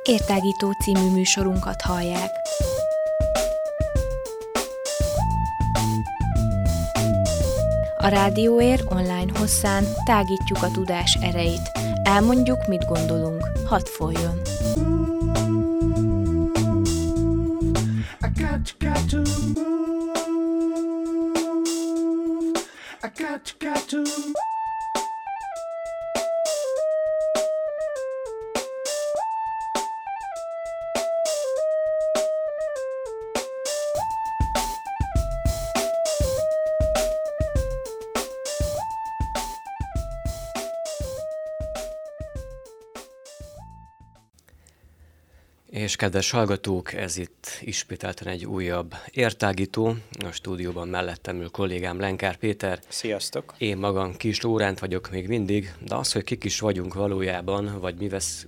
Értágító című műsorunkat hallják. A Rádióér online hosszán tágítjuk a tudás erejét. Elmondjuk, mit gondolunk. Hadd folyjon! És kedves hallgatók, ez itt ismételten egy újabb értágító. A stúdióban mellettem ül kollégám Lenkár Péter. Sziasztok! Én magam Kis Lóránt vagyok még mindig, de az, hogy kik is vagyunk valójában, vagy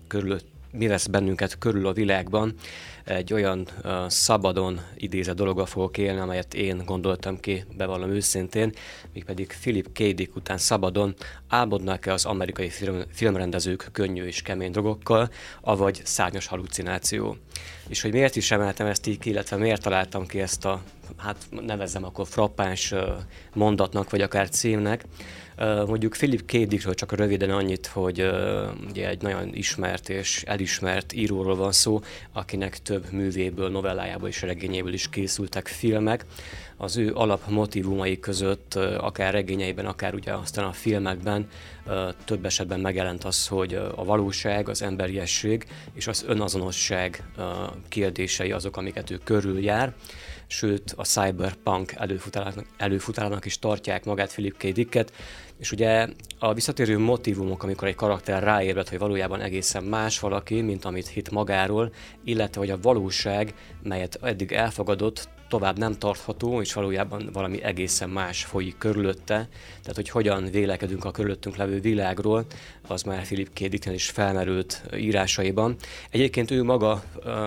mi vesz bennünket körül a világban, egy olyan szabadon idézett dologgal fogok élni, amelyet én gondoltam ki, bevallom őszintén, mégpedig Philip K. Dick után szabadon álmodnak-e az amerikai filmrendezők könnyű és kemény drogokkal, avagy szárnyas hallucináció. És hogy miért is emeltem ezt így ki, illetve miért találtam ki ezt a, nevezzem akkor frappáns mondatnak, vagy akár címnek. Mondjuk Philip K. Dickről csak röviden annyit, hogy ugye egy nagyon ismert és elismert íróról van szó, akinek több művéből, novellájából és regényéből is készültek filmek. Az ő alapmotívumai között, akár regényeiben, akár ugye aztán a filmekben több esetben megjelent az, hogy a valóság, az emberiesség és az önazonosság kérdései azok, amiket ő körüljár. Sőt, a cyberpunk előfutárának is tartják magát Philip K. Dicket, és ugye a visszatérő motívumok, amikor egy karakter ráébred, hogy valójában egészen más valaki, mint amit hitt magáról, illetve hogy a valóság, melyet eddig elfogadott, tovább nem tartható, és valójában valami egészen más folyik körülötte. Tehát, hogy hogyan vélekedünk a körülöttünk levő világról, az már Philip K. Dicknél is felmerült írásaiban. Egyébként ő maga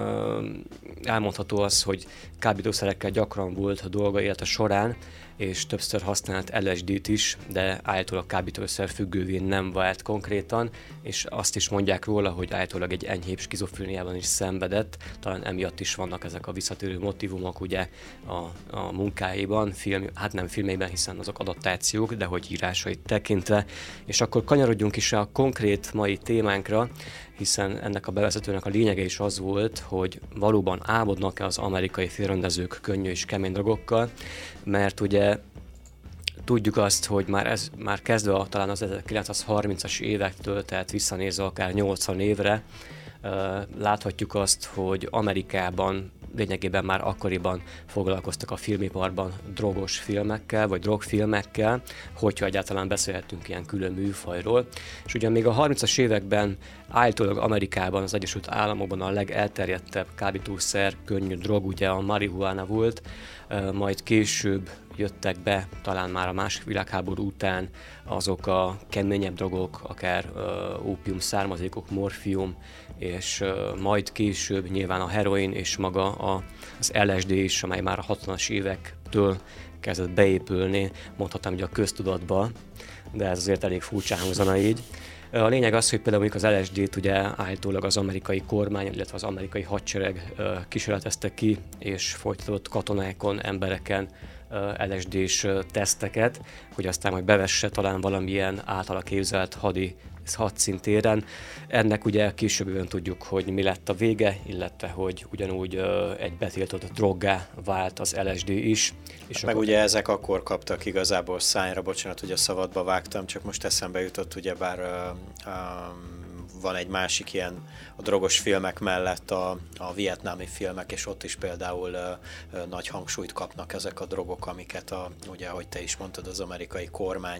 elmondható az, hogy kábítószerekkel gyakran volt dolga élete során, és többször használt LSD-t is, de állítólag kábítószer függővé nem vált konkrétan, és azt is mondják róla, hogy állítólag egy enyhébb skizofréniában is szenvedett, talán emiatt is vannak ezek a visszatérő motívumok ugye a munkáiban, nem filmeiben, hiszen azok adaptációk, de hogy írásait tekintve. És akkor kanyarodjunk is a konkrét mai témánkra, hiszen ennek a bevezetőnek a lényege is az volt, hogy valóban álmodnak-e az amerikai filmrendezők könnyű és kemény drogokkal, mert ugye tudjuk azt, hogy már kezdve talán az 1930-as évektől, tehát visszanézve akár 80 évre, láthatjuk azt, hogy Amerikában lényegében már akkoriban foglalkoztak a filmiparban drogos filmekkel, vagy drogfilmekkel, hogyha egyáltalán beszélhetünk ilyen külön műfajról. És ugye még a 30-as években állítólag Amerikában, az Egyesült Államokban a legelterjedtebb kábítószer, könnyű drog ugye a marihuána volt, majd később jöttek be, talán már a második világháború után azok a keményebb drogok, akár ópium származékok, morfium, és majd később nyilván a heroin és maga az LSD is, amely már a 60-as évektől kezdett beépülni, mondhatnám, hogy a köztudatba, de ez azért elég furcsán hangzana így. A lényeg az, hogy például az LSD-t ugye állítólag az amerikai kormány, illetve az amerikai hadsereg kísérletezte ki, és folytatott katonákon, embereken LSD-s teszteket, hogy aztán majd bevesse talán valamilyen általa képzelt hadszintéren. Ennek ugye későbbben tudjuk, hogy mi lett a vége, illetve hogy ugyanúgy egy betiltott droggá vált az LSD is. És meg ugye ezek akkor kaptak igazából szányra, bocsánat, hogy a szabadba vágtam, csak most eszembe jutott, ugyebár van egy másik ilyen a drogos filmek mellett a vietnámi filmek, és ott is például nagy hangsúlyt kapnak ezek a drogok, amiket ugye, ahogy te is mondtad, az amerikai kormány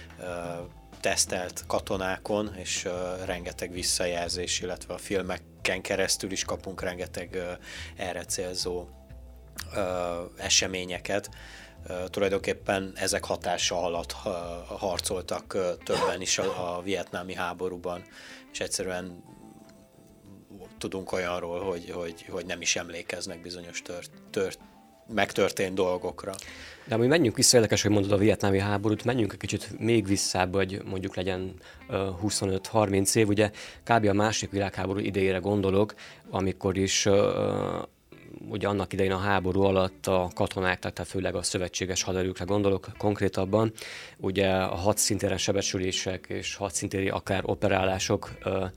tesztelt katonákon, és rengeteg visszajelzés, illetve a filmeken keresztül is kapunk rengeteg erre célzó eseményeket. Tulajdonképpen ezek hatása alatt harcoltak többen is a vietnámi háborúban, és egyszerűen tudunk olyanról, hogy nem is emlékeznek bizonyos megtörtént dolgokra. De ami menjünk vissza, érdekes, hogy mondod a vietnámi háborút, menjünk egy kicsit még visszább, hogy mondjuk legyen 25-30 év, ugye kb. A második világháború idejére gondolok, amikor is ugye annak idején a háború alatt a katonák, tehát főleg a szövetséges haderőkre gondolok konkrétabban, ugye a hadszintéren sebesülések és hadszintéri akár operálások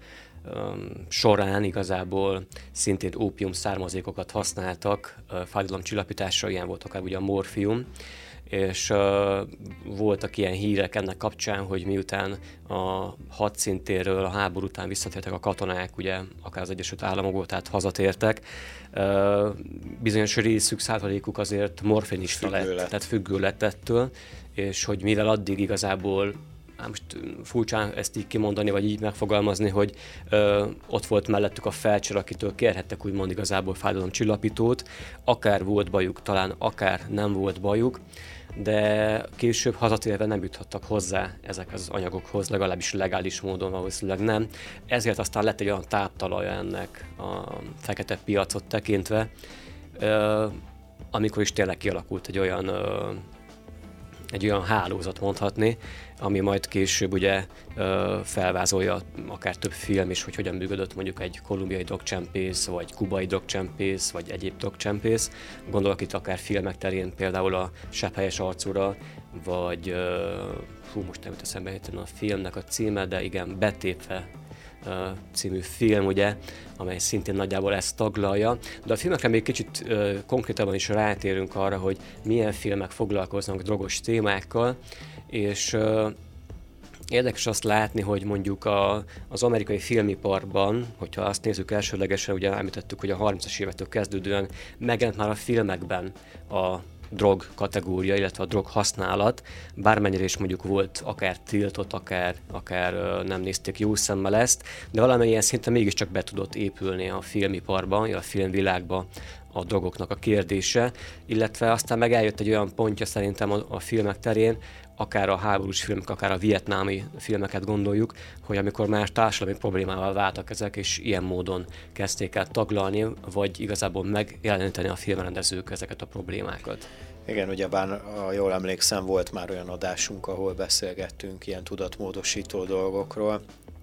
során igazából szintén ópium származékokat használtak fájdalomcsillapításra, ilyen volt akár ugye a morfium, és voltak ilyen hírek ennek kapcsán, hogy miután a hadszintérről a háború után visszatértek a katonák, ugye akár az Egyesült Államokból, tehát hazatértek, bizonyos részük, százalékuk azért morfinista lett, tehát függő lett ettől, és hogy mivel addig igazából, most furcsán ezt így kimondani, vagy így megfogalmazni, hogy ott volt mellettük a felcser, akitől kérhettek úgymond igazából fájdalomcsillapítót, akár volt bajuk, talán akár nem volt bajuk, de később hazatérve nem juthattak hozzá ezekhez az anyagokhoz, legalábbis legális módon valószínűleg nem. Ezért aztán lett egy olyan táptalaja ennek a fekete piacot tekintve, amikor is tényleg kialakult egy olyan hálózat mondhatni, ami majd később ugye felvázolja akár több film is, hogy hogyan működött mondjuk egy kolumbiai drogcsempész, vagy kubai drogcsempész, vagy egyéb drogcsempész. Gondolok itt akár filmek terén például a Sepphelyes arcúra, vagy most nem jut eszembe a filmnek a címe, de igen, Betépve című film, ugye, amely szintén nagyjából ezt taglalja. De a filmekre még kicsit konkrétabban is rátérünk arra, hogy milyen filmek foglalkoznak drogos témákkal, és érdekes azt látni, hogy mondjuk az amerikai filmiparban, hogyha azt nézzük elsőlegesen, ugye említettük, hogy a 30-as évektől kezdődően megjelent már a filmekben a drog kategória, illetve a drog használat, bármennyire is mondjuk volt akár tiltott, akár nem nézték jó szemmel ezt, de valamilyen szinten mégiscsak be tudott épülni a filmiparban, a filmvilágba a drogoknak a kérdése, illetve aztán meg eljött egy olyan pontja szerintem a filmek terén, akár a háborús filmek, akár a vietnámi filmeket gondoljuk, hogy amikor más társadalmi problémával váltak ezek, és ilyen módon kezdték el taglalni, vagy igazából megjeleníteni a filmrendezők ezeket a problémákat. Igen, ugyebár, jól emlékszem, volt már olyan adásunk, ahol beszélgettünk ilyen tudatmódosító dolgokról.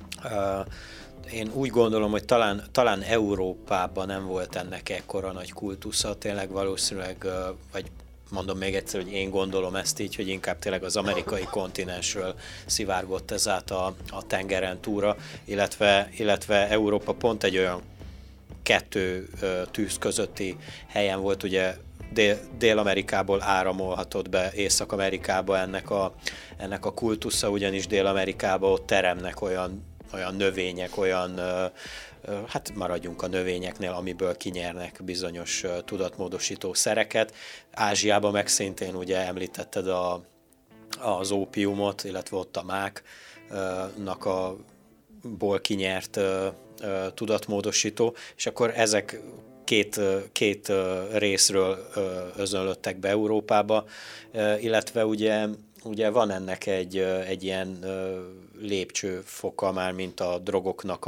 Én úgy gondolom, hogy talán Európában nem volt ennek ekkora nagy kultusza, tényleg valószínűleg, vagy mondom még egyszer, hogy én gondolom ezt így, hogy inkább tényleg az amerikai kontinensről szivárgott ez át a tengeren túlra, illetve Európa pont egy olyan kettő tűz közötti helyen volt, ugye Dél-Amerikából áramolhatott be Észak-Amerikába ennek a kultusza, ugyanis Dél-Amerikába ott teremnek olyan növények, hát maradjunk a növényeknél, amiből kinyernek bizonyos tudatmódosító szereket. Ázsiában meg szintén ugye említetted az ópiumot, illetve ott a máknak ból kinyert tudatmódosító, és akkor ezek két részről özönlöttek be Európába, illetve ugye van ennek egy ilyen lépcsőfoka már, mint a drogoknak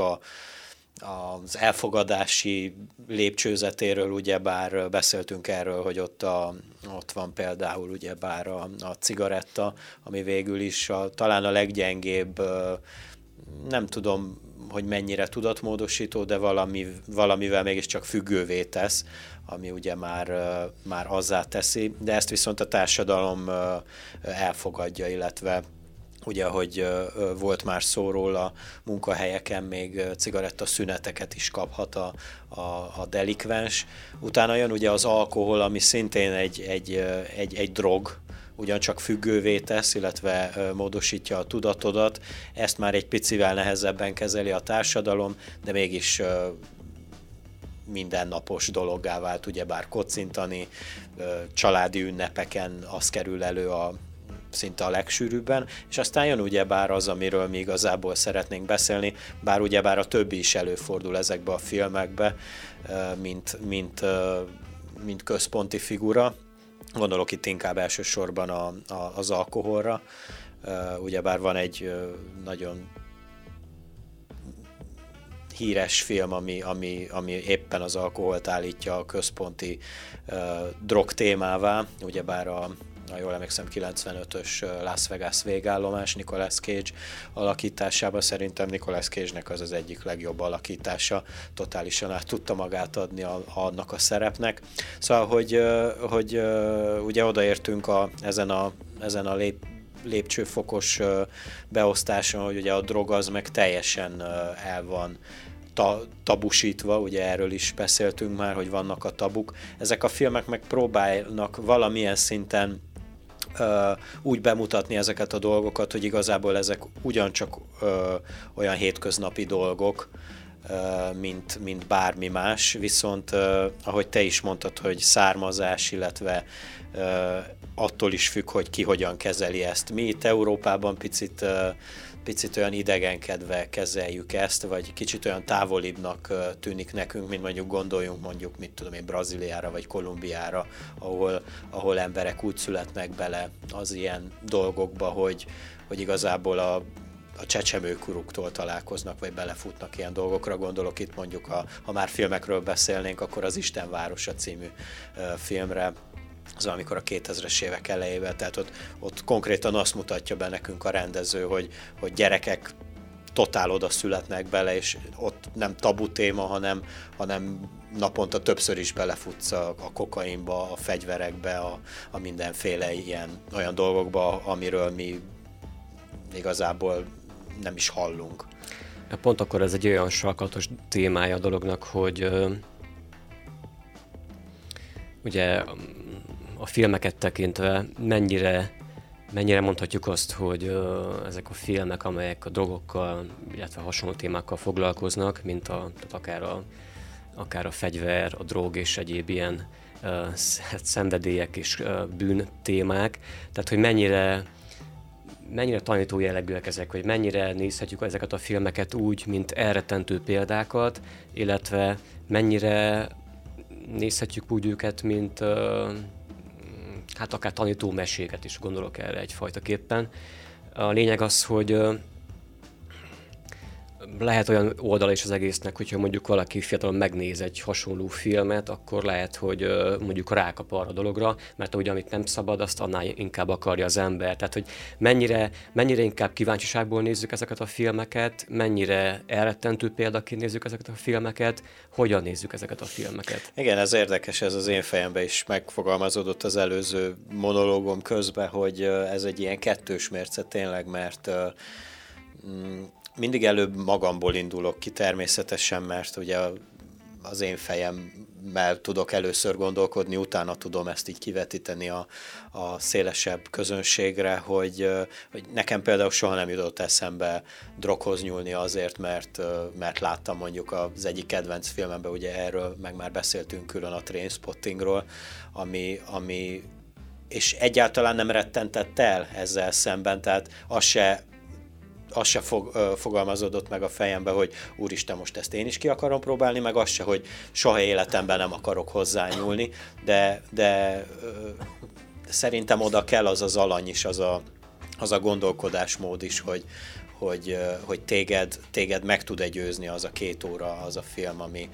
az elfogadási lépcsőzetéről, ugyebár beszéltünk erről, hogy ott van például ugyebár a cigaretta, ami végül is talán a leggyengébb, nem tudom, hogy mennyire tudatmódosító, de valamivel mégiscsak függővé tesz, ami ugye már azzá teszi, de ezt viszont a társadalom elfogadja, illetve ugye, hogy volt már szó róla, munkahelyeken még cigarettaszüneteket is kaphat a delikvens. Utána jön ugye az alkohol, ami szintén egy drog, ugyancsak függővé tesz, illetve módosítja a tudatodat. Ezt már egy picivel nehezebben kezeli a társadalom, de mégis mindennapos dologgá vált, ugyebár kocintani, családi ünnepeken az kerül elő szinte a legsűrűbben, és aztán jön ugyebár az, amiről mi igazából szeretnénk beszélni, bár ugyebár a többi is előfordul ezekbe a filmekbe, mint központi figura. Gondolok itt inkább elsősorban az alkoholra, ugyebár van egy nagyon híres film, ami éppen az alkoholt állítja a központi drog témává, ugyebár ha jól emlékszem, 95-ös Las Vegas végállomás Nicolas Cage alakításában. Szerintem Nicolas Cage-nek az egyik legjobb alakítása, totálisan át tudta magát adni annak a szerepnek. Szóval, hogy ugye odaértünk ezen a lépcsőfokos beosztáson, hogy ugye a drog az meg teljesen el van tabusítva, ugye erről is beszéltünk már, hogy vannak a tabuk. Ezek a filmek meg próbálnak valamilyen szinten úgy bemutatni ezeket a dolgokat, hogy igazából ezek ugyancsak olyan hétköznapi dolgok, mint bármi más, viszont ahogy te is mondtad, hogy származás, illetve attól is függ, hogy ki hogyan kezeli ezt. Mi itt Európában picit olyan idegenkedve kezeljük ezt, vagy kicsit olyan távolibbnak tűnik nekünk, mint mondjuk gondoljunk mit tudom én, Brazíliára vagy Kolumbiára, ahol emberek úgy születnek bele az ilyen dolgokba, hogy igazából a csecsemőkoruktól találkoznak, vagy belefutnak ilyen dolgokra. Gondolok itt mondjuk, ha már filmekről beszélnénk, akkor az Isten városa című filmre, az amikor a 2000-es évek elejében, tehát ott konkrétan azt mutatja be nekünk a rendező, hogy gyerekek totál oda születnek bele, és ott nem tabu téma, hanem naponta többször is belefutsz a kokainba, a fegyverekbe, a mindenféle olyan dolgokba, amiről mi igazából nem is hallunk. Pont akkor ez egy olyan sarkalatos témája a dolognak, hogy ugye a filmeket tekintve mennyire mondhatjuk azt, hogy ezek a filmek, amelyek a drogokkal, illetve hasonló témákkal foglalkoznak, mint akár a fegyver, a drog és egyéb ilyen szenvedélyek és bűn témák, tehát hogy mennyire tanító jellegűek ezek, hogy mennyire nézhetjük ezeket a filmeket úgy, mint elrettentő példákat, illetve mennyire nézhetjük úgy őket, mint hát akár tanító meséket is, gondolok erre egyfajtaképpen. A lényeg az, hogy lehet olyan oldala is az egésznek, hogyha mondjuk valaki fiatalon megnéz egy hasonló filmet, akkor lehet, hogy mondjuk rákap arra a dologra, mert ugye amit nem szabad, azt annál inkább akarja az ember. Tehát, hogy mennyire inkább kíváncsiságból nézzük ezeket a filmeket, mennyire elrettentő példaként nézzük ezeket a filmeket, hogyan nézzük ezeket a filmeket. Igen, ez érdekes, ez az én fejemben is megfogalmazódott az előző monológom közben, hogy ez egy ilyen kettős mérce tényleg, mert mindig előbb magamból indulok ki természetesen, mert ugye az én fejemmel tudok először gondolkodni, utána tudom ezt így kivetíteni a szélesebb közönségre, hogy nekem például soha nem jutott eszembe droghoz nyúlni azért, mert láttam mondjuk az egyik kedvenc filmemben, ugye erről meg már beszéltünk külön, a Trainspottingról, ami és egyáltalán nem rettentett el ezzel szemben, tehát az se fogalmazódott meg a fejembe, hogy úristen, most ezt én is ki akarom próbálni, meg az se, hogy soha életemben nem akarok hozzányúlni, de szerintem oda kell az alany is, az a gondolkodásmód is, hogy téged meg tud győzni az a 2 óra, az a film, ami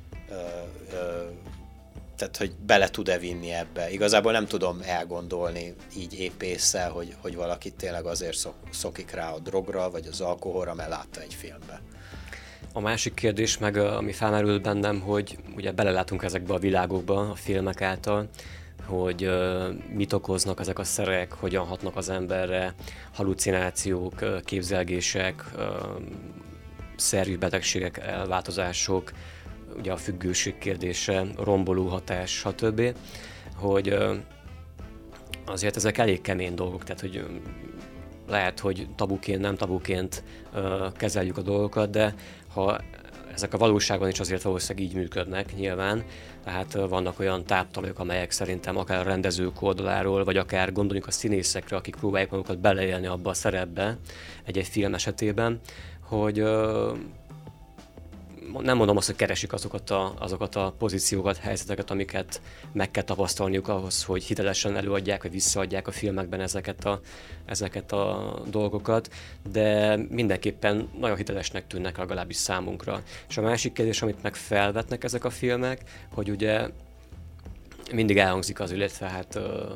tehát, hogy bele tud-e vinni ebbe. Igazából nem tudom elgondolni így épp ésszel, hogy valaki tényleg azért szokik rá a drogra, vagy az alkoholra, mert látta egy filmbe. A másik kérdés meg, ami felmerül bennem, hogy ugye belelátunk ezekbe a világokba a filmek által, hogy mit okoznak ezek a szerek, hogyan hatnak az emberre, halucinációk, képzelgések, szervi betegségek, elváltozások, ugye a függőség kérdése, romboló hatás, stb., hogy azért ezek elég kemény dolgok, tehát hogy lehet, hogy tabuként, nem tabuként kezeljük a dolgokat, de ha ezek a valóságban is azért valószínűleg így működnek nyilván, tehát vannak olyan táptalajok, amelyek szerintem akár a rendezők oldaláról, vagy akár gondoljunk a színészekre, akik próbálják magukat beleélni abba a szerepbe egy film esetében, hogy nem mondom azt, hogy keresik azokat a pozíciókat, helyzeteket, amiket meg kell tapasztalniuk ahhoz, hogy hitelesen előadják, vagy visszaadják a filmekben ezeket a dolgokat, de mindenképpen nagyon hitelesnek tűnnek legalábbis számunkra. És a másik kérdés, amit meg felvetnek ezek a filmek, hogy ugye mindig elhangzik az, illetve hát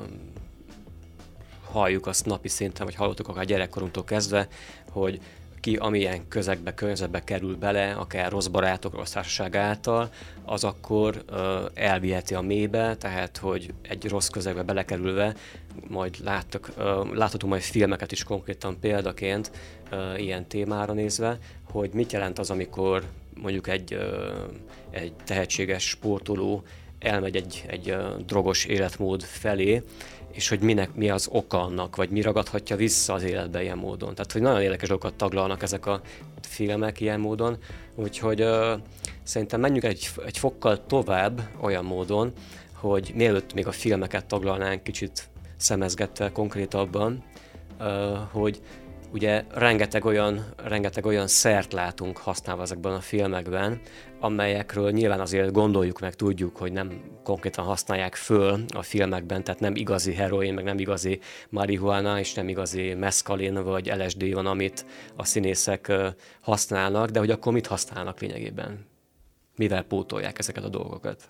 halljuk azt napi szinten, vagy hallottuk akár gyerekkorunktól kezdve, hogy ki amilyen környezetbe kerül bele, akár rossz barátok, rossz társaság által, az akkor elviheti a mélybe, tehát hogy egy rossz közegbe belekerülve, majd láthatunk majd filmeket is konkrétan példaként ilyen témára nézve, hogy mit jelent az, amikor mondjuk egy tehetséges sportoló elmegy egy drogos életmód felé, és hogy mi az oka annak, vagy mi ragadhatja vissza az életbe ilyen módon. Tehát, hogy nagyon érdekes dolgokat taglalnak ezek a filmek ilyen módon, úgyhogy szerintem menjünk egy fokkal tovább olyan módon, hogy mielőtt még a filmeket taglalnánk kicsit szemezgetve konkrétabban, hogy ugye rengeteg olyan szert látunk használva ezekben a filmekben, amelyekről nyilván azért gondoljuk meg, tudjuk, hogy nem konkrétan használják föl a filmekben, tehát nem igazi heroin, meg nem igazi marihuana, és nem igazi meszkalin vagy LSD van, amit a színészek használnak, de hogy akkor mit használnak lényegében? Mivel pótolják ezeket a dolgokat?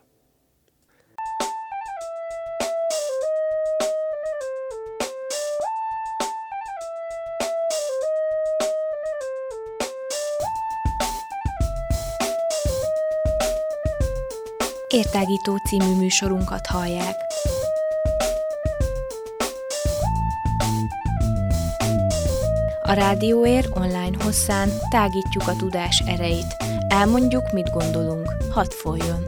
Értágító című műsorunkat hallják. A Rádióér online hosszán tágítjuk a tudás erejét. Elmondjuk, mit gondolunk. Hadd folyjon!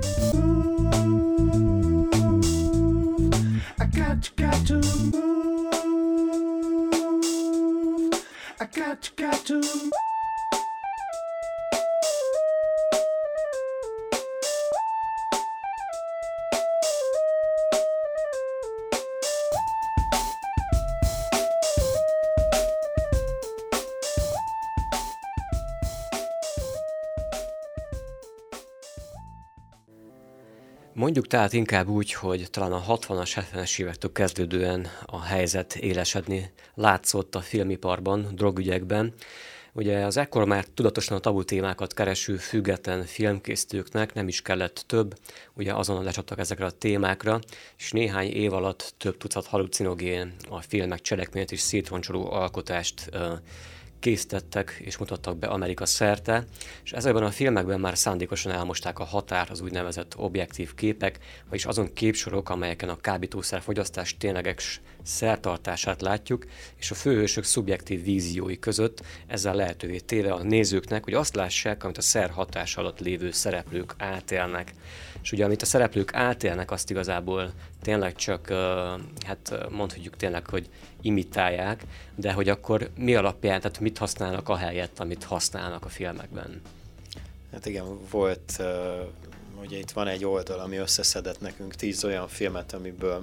Mondjuk tehát inkább úgy, hogy talán a 60-as, 70-es évektől kezdődően a helyzet élesedni látszott a filmiparban, drogügyekben. Ugye az ekkor már tudatosan a tabu témákat kereső független filmkészítőknek nem is kellett több, ugye azonnal lecsaptak ezekre a témákra, és néhány év alatt több tucat halucinogén, a filmek cselekményét és szétroncsoló alkotást készítettek és mutattak be Amerika szerte, és ezekben a filmekben már szándékosan elmosták a határ az úgynevezett objektív képek, vagyis azon képsorok, amelyeken a kábítószer fogyasztás tényleges szertartását látjuk, és a főhősök szubjektív víziói között, ezzel lehetővé téve a nézőknek, hogy azt lássák, amit a szer hatás alatt lévő szereplők átélnek. És ugye, amit a szereplők átélnek, azt igazából tényleg csak, hát mondhatjuk tényleg, hogy imitálják, de hogy akkor mi alapján, tehát mit használnak ahelyett, amit használnak a filmekben? Hát igen, volt, ugye itt van egy oldal, ami összeszedett nekünk 10 olyan filmet,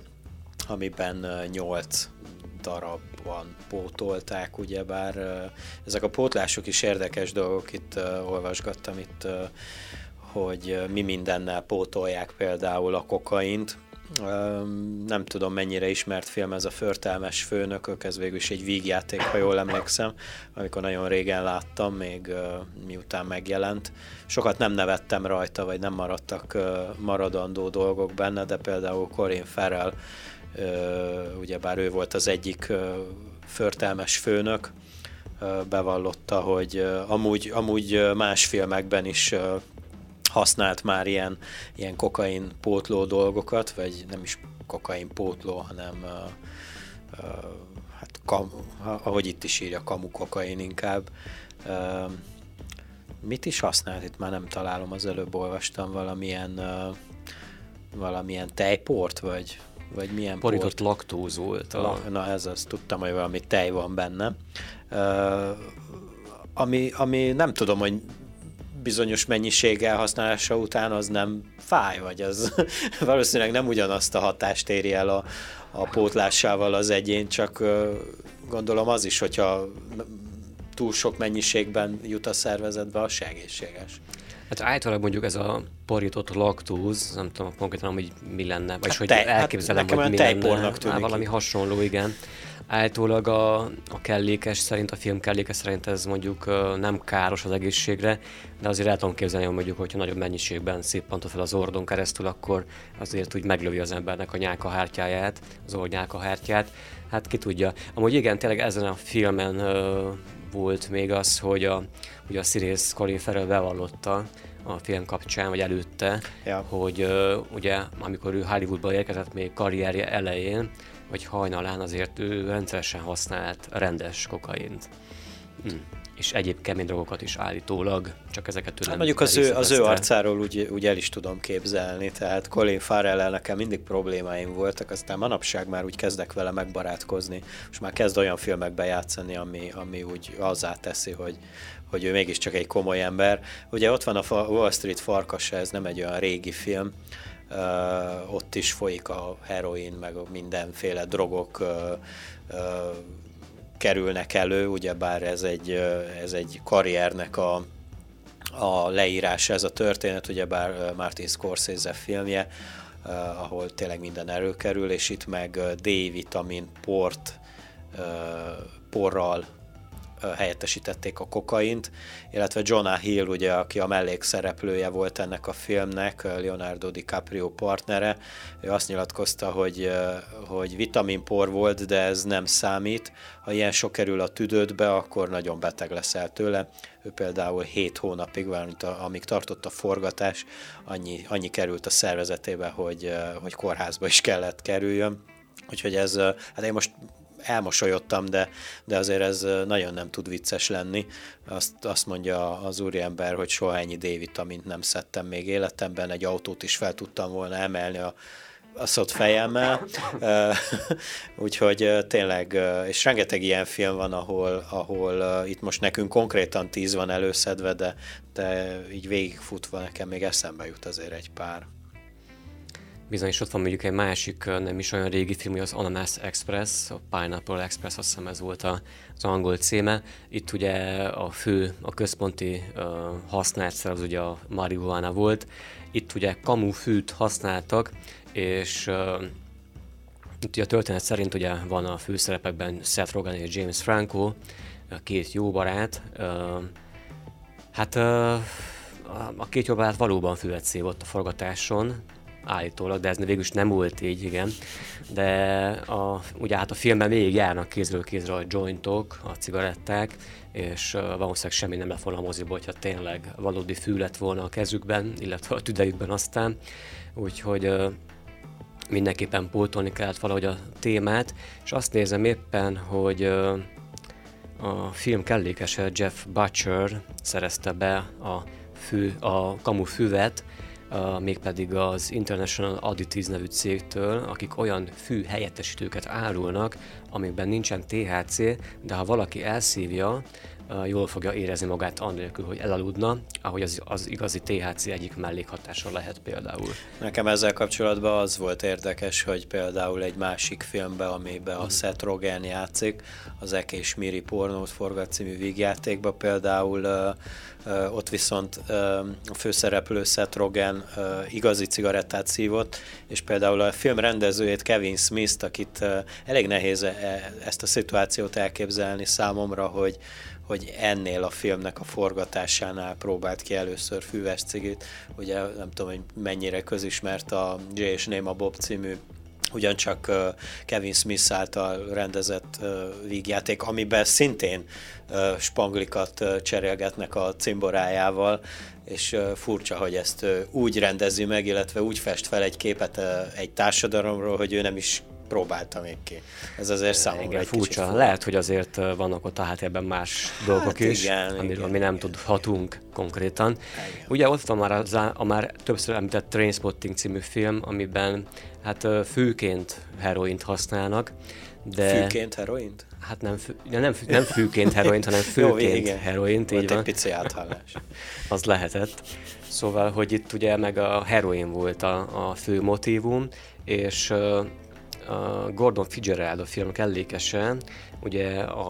amiben 8 darabban pótolták, ugyebár ezek a pótlások is érdekes dolgok, itt olvasgattam itt, hogy mi mindennel pótolják például a kokaint. Nem tudom, mennyire ismert film ez a Förtelmes főnökök, ez végül is egy vígjáték, ha jól emlékszem, amikor nagyon régen láttam, még miután megjelent. Sokat nem nevettem rajta, vagy nem maradtak maradandó dolgok benne, de például Colin Farrell, ugyebár ő volt az egyik Förtelmes főnök, bevallotta, hogy amúgy más filmekben is használt már ilyen kokain pótló dolgokat, vagy nem is kokain pótló, hanem ahogy itt is írja, kamu kokain inkább. Mit is használt? Itt már nem találom, az előbb olvastam valamilyen tejport, vagy milyen borított laktóz volt. Na ez az, tudtam, hogy valami tej van benne. Ami nem tudom, hogy bizonyos mennyiséggel használása után az nem fáj, vagy az valószínűleg nem ugyanazt a hatást éri el a pótlásával az egyén, csak gondolom az is, hogyha túl sok mennyiségben jut a szervezetbe, az se egészséges. Hát általában mondjuk ez a borított laktóz, nem tudom konkrétan, hogy mi lenne, vagy hogy elképzelem, hogy mi lenne. Valami hasonló, igen. Általában a kellékes szerint, a film kellékes szerint ez mondjuk nem káros az egészségre, de azért el tudom képzelni, hogy mondjuk, hogyha nagyobb mennyiségben szippantod fel az orrodon keresztül, akkor azért úgy meglövi az embernek a nyálkahártyáját, az orrnyálkahártyát. Hát ki tudja. Amúgy igen, tényleg ezen a filmen volt még az, hogy ugye a színész Colin Farrell bevallotta a film kapcsán, vagy előtte, hogy ugye amikor ő Hollywoodba érkezett még karrierje elején, vagy hajnalán, azért ő rendszeresen használt rendes kokaint. És egyéb kemény drogokat is állítólag, csak ezeket ő nem... Mondjuk az ő arcáról úgy el is tudom képzelni, tehát Colin Farrell-el nekem mindig problémáim voltak, aztán manapság már úgy kezdek vele megbarátkozni, most már kezd olyan filmekben játszani, ami úgy azzá teszi, hogy ő mégiscsak egy komoly ember. Ugye ott van a Wall Street farkasa, ez nem egy olyan régi film, ott is folyik a heroin, meg mindenféle drogok kerülnek elő, ugyebár ez egy karriernek a leírása, ez a történet, ugyebár Martin Scorsese filmje, ahol tényleg minden előkerül, és itt meg D-vitamin porral helyettesítették a kokaint, illetve Jonah Hill, ugye, aki a mellékszereplője volt ennek a filmnek, Leonardo DiCaprio partnere, ő azt nyilatkozta, hogy vitaminpor volt, de ez nem számít. Ha ilyen sok kerül a tüdődbe, akkor nagyon beteg leszel tőle. Ő például 7 hónapig, amíg tartott a forgatás, annyi került a szervezetébe, hogy kórházba is kellett kerüljön. Úgyhogy ez, hát én most elmosolyodtam, de azért ez nagyon nem tud vicces lenni. Azt mondja az úriember, hogy soha ennyi D-vitamint nem szedtem még életemben, egy autót is fel tudtam volna emelni a szott fejemmel. Úgyhogy tényleg, és rengeteg ilyen film van, ahol itt most nekünk konkrétan 10 van előszedve, de így végigfutva nekem még eszembe jut azért egy pár. Bizony, és ott van mondjuk egy másik, nem is olyan régi film, az Ananas Express, a Pineapple Express, azt hiszem ez volt az angol címe. Itt ugye a központi használtszer az ugye a marihuana volt. Itt ugye kamufűt használtak, és itt ugye a történet szerint ugye van a főszerepekben Seth Rogen és James Franco, két jó barát. A két jó barát valóban füvet szívott a forgatáson, állítólag, de ez végül is nem volt így, igen. De ugye hát a filmben végig járnak kézről kézre a jointok, a cigaretták, és valószínűleg semmi nem lett volna a moziból, hogyha tényleg valódi fű lett volna a kezükben, illetve a tüdejükben aztán. Úgyhogy mindenképpen pótolni kellett valahogy a témát, és azt nézem éppen, hogy a film kellékese Jeff Butcher szerezte be a kamufűvet, mégpedig az International Additives nevű cégtől, akik olyan fű helyettesítőket árulnak, amikben nincsen THC, de ha valaki elszívja, jól fogja érezni magát annélkül, hogy elaludna, ahogy az igazi THC egyik mellékhatása lehet például. Nekem ezzel kapcsolatban az volt érdekes, hogy például egy másik filmben, amiben a Seth Rogen játszik, az Ek és Miri pornót forgat című vígjátékban például ott viszont a főszereplő Seth Rogen igazi cigarettát szívott, és például a film rendezőjét, Kevin Smith-t, akit elég nehéz ezt a szituációt elképzelni számomra, hogy ennél a filmnek a forgatásánál próbált ki először füves cigit. Ugye nem tudom, hogy mennyire közismert a Jay és Néma Bob című ugyancsak Kevin Smith által rendezett vígjáték, amiben szintén spanglikat cserélgetnek a cimborájával, és furcsa, hogy ezt úgy rendezi meg, illetve úgy fest fel egy képet egy társadalomról, hogy ő nem is próbálta még ki. Ez azért számomra egy furcsa. kicsit Lehet, hogy azért vannak ott a háttérben más dolgok is, amiről mi nem tudhatunk konkrétan. Igen. Ugye ott van már a már többször említett Trainspotting című film, amiben hát főként heroint használnak. De... Főként heroint? Hát nem főként heroint, hanem főként jó, heroint. Volt így van. egy pici áthallás. Az lehetett. Szóval, hogy itt ugye meg a heroin volt a fő motívum, és a Gordon Fitzgerald a film kellékese, ugye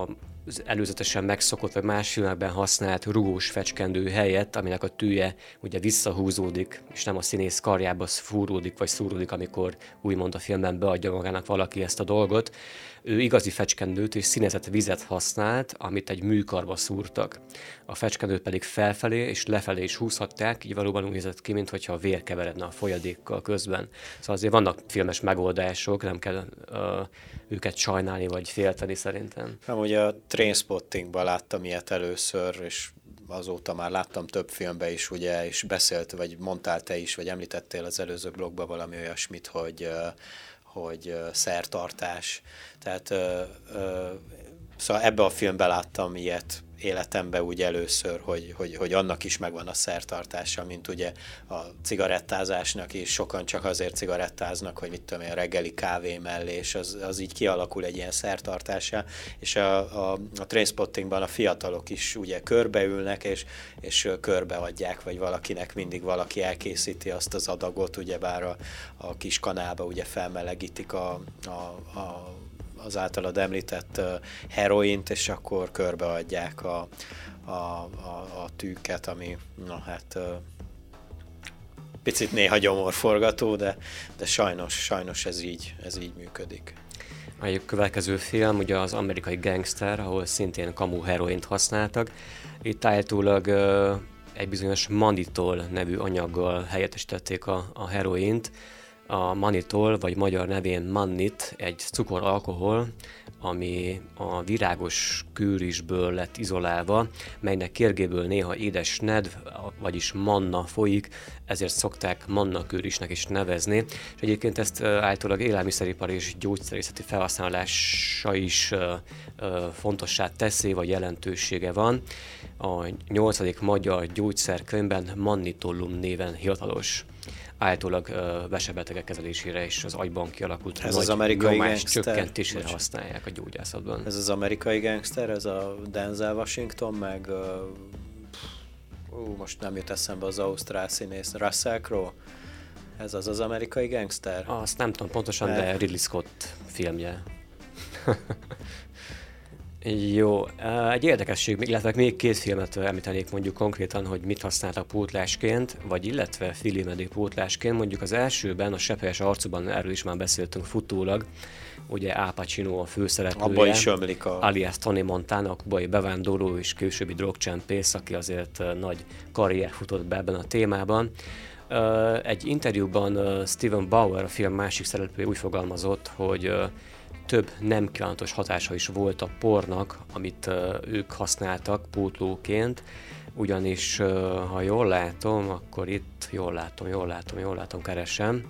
előzetesen megszokott, vagy más filmekben használt rugós fecskendő helyett, aminek a tűje ugye visszahúzódik, és nem a színész karjába fúródik, vagy szúródik, amikor úgymond a filmben beadja magának valaki ezt a dolgot. Ő igazi fecskendőt és színezett vizet használt, amit egy műkarba szúrtak. A fecskendőt pedig felfelé és lefelé is húzhatták, így valóban úgy nézett ki, mintha a vér keveredne a folyadékkal közben. Szóval azért vannak filmes megoldások, nem kell őket sajnálni vagy félteni szerintem. Ugye a Trainspottingban láttam ilyet először, és azóta már láttam több filmben is, ugye, és beszélt, vagy mondtál te is, vagy említettél az előző blogban valami olyasmit, hogy szertartás. Tehát szóval ebbe a filmben láttam ilyet életemben úgy először, hogy annak is megvan a szertartása, mint ugye a cigarettázásnak is, sokan csak azért cigarettáznak, hogy mit tudom én, a reggeli kávé mellé, és az így kialakul egy ilyen szertartásá, és a Trainspottingban a fiatalok is ugye körbeülnek, és körbeadják, vagy valakinek mindig valaki elkészíti azt az adagot, ugyebár a kis kanába ugye felmelegítik az általad említett heroint, és akkor körbeadják a tűket, ami picit néha gyomorforgató, de sajnos ez így működik. A következő film ugye az Amerikai Gangster, ahol szintén kamu heroint használtak. Itt állítólag egy bizonyos manitol nevű anyaggal helyettesítették a heroint. A manitol, vagy magyar nevén mannit, egy cukoralkohol, ami a virágos kőrisből lett izolálva, melynek kérgéből néha édes nedv, vagyis manna folyik, ezért szokták mannakőrisnek is nevezni. És egyébként ezt állítólag élelmiszeripar és gyógyszerészeti felhasználása is fontossá teszi, vagy jelentősége van. A 8. magyar gyógyszerkönyvben mannitollum néven hivatalos. Állítólag vesebetegek kezelésére és az agyban kialakult ez nagy az amerikai nyomás gangster csökkentésére használják a gyógyászatban. Ez az amerikai gangster, ez a Denzel Washington, meg most nem jut eszembe az ausztrál színész, Russell Crowe. Ez az amerikai gangster? Azt nem tudom pontosan, de Ridley Scott filmje. Jó, egy érdekesség, illetve még 2 filmet említenék mondjuk konkrétan, hogy mit használtak pótlásként, vagy illetve filmedé pótlásként. Mondjuk az elsőben, a Seppelyes arcúban, erről is már beszéltünk futólag, ugye Al Pacino a főszereplője, abba is ömlik alias Tony Montana, a kubai bevándorló és későbbi drogcsempész, aki azért nagy karrier futott be ebben a témában. Egy interjúban Steven Bauer, a film másik szereplője úgy fogalmazott, hogy több nem kívánatos hatása is volt a pornak, amit ők használtak pótlóként, ugyanis ha jól látom, akkor itt jól látom, keresem,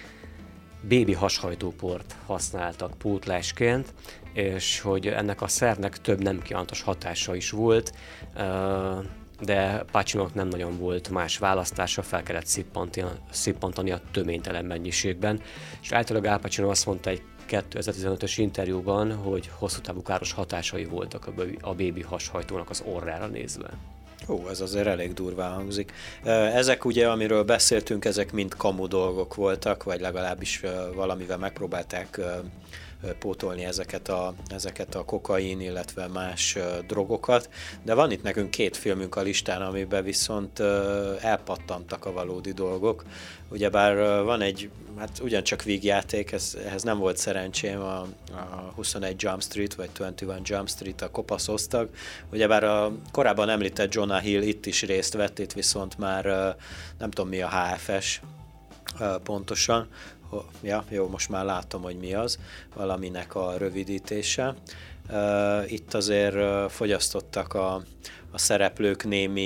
bébi hashajtóport használtak pótlásként, és hogy ennek a szernek több nem kívánatos hatása is volt, de Pacinónak nem nagyon volt más választása, fel kellett szippantani a töménytelen mennyiségben, és általában Al Pacino azt mondta egy 2015-ös interjúban, hogy hosszú távú káros hatásai voltak a bébi hashajtónak az orrára nézve. Ez azért elég durván hangzik. Ezek ugye, amiről beszéltünk, ezek mind kamu dolgok voltak, vagy legalábbis valamivel megpróbálták pótolni ezeket a kokain, illetve más drogokat, de van itt nekünk 2 filmünk a listán, amiben viszont elpattantak a valódi dolgok. Ugyebár van egy, hát ugyancsak vígjáték, ehhez nem volt szerencsém, a 21 Jump Street, vagy 21 Jump Street, a kopasz osztag. Ugyebár a korábban említett Jonah Hill itt is részt vett, itt viszont már nem tudom mi a HFS pontosan. Ja, jó, most már látom, hogy mi az, valaminek a rövidítése. Itt azért fogyasztottak a szereplők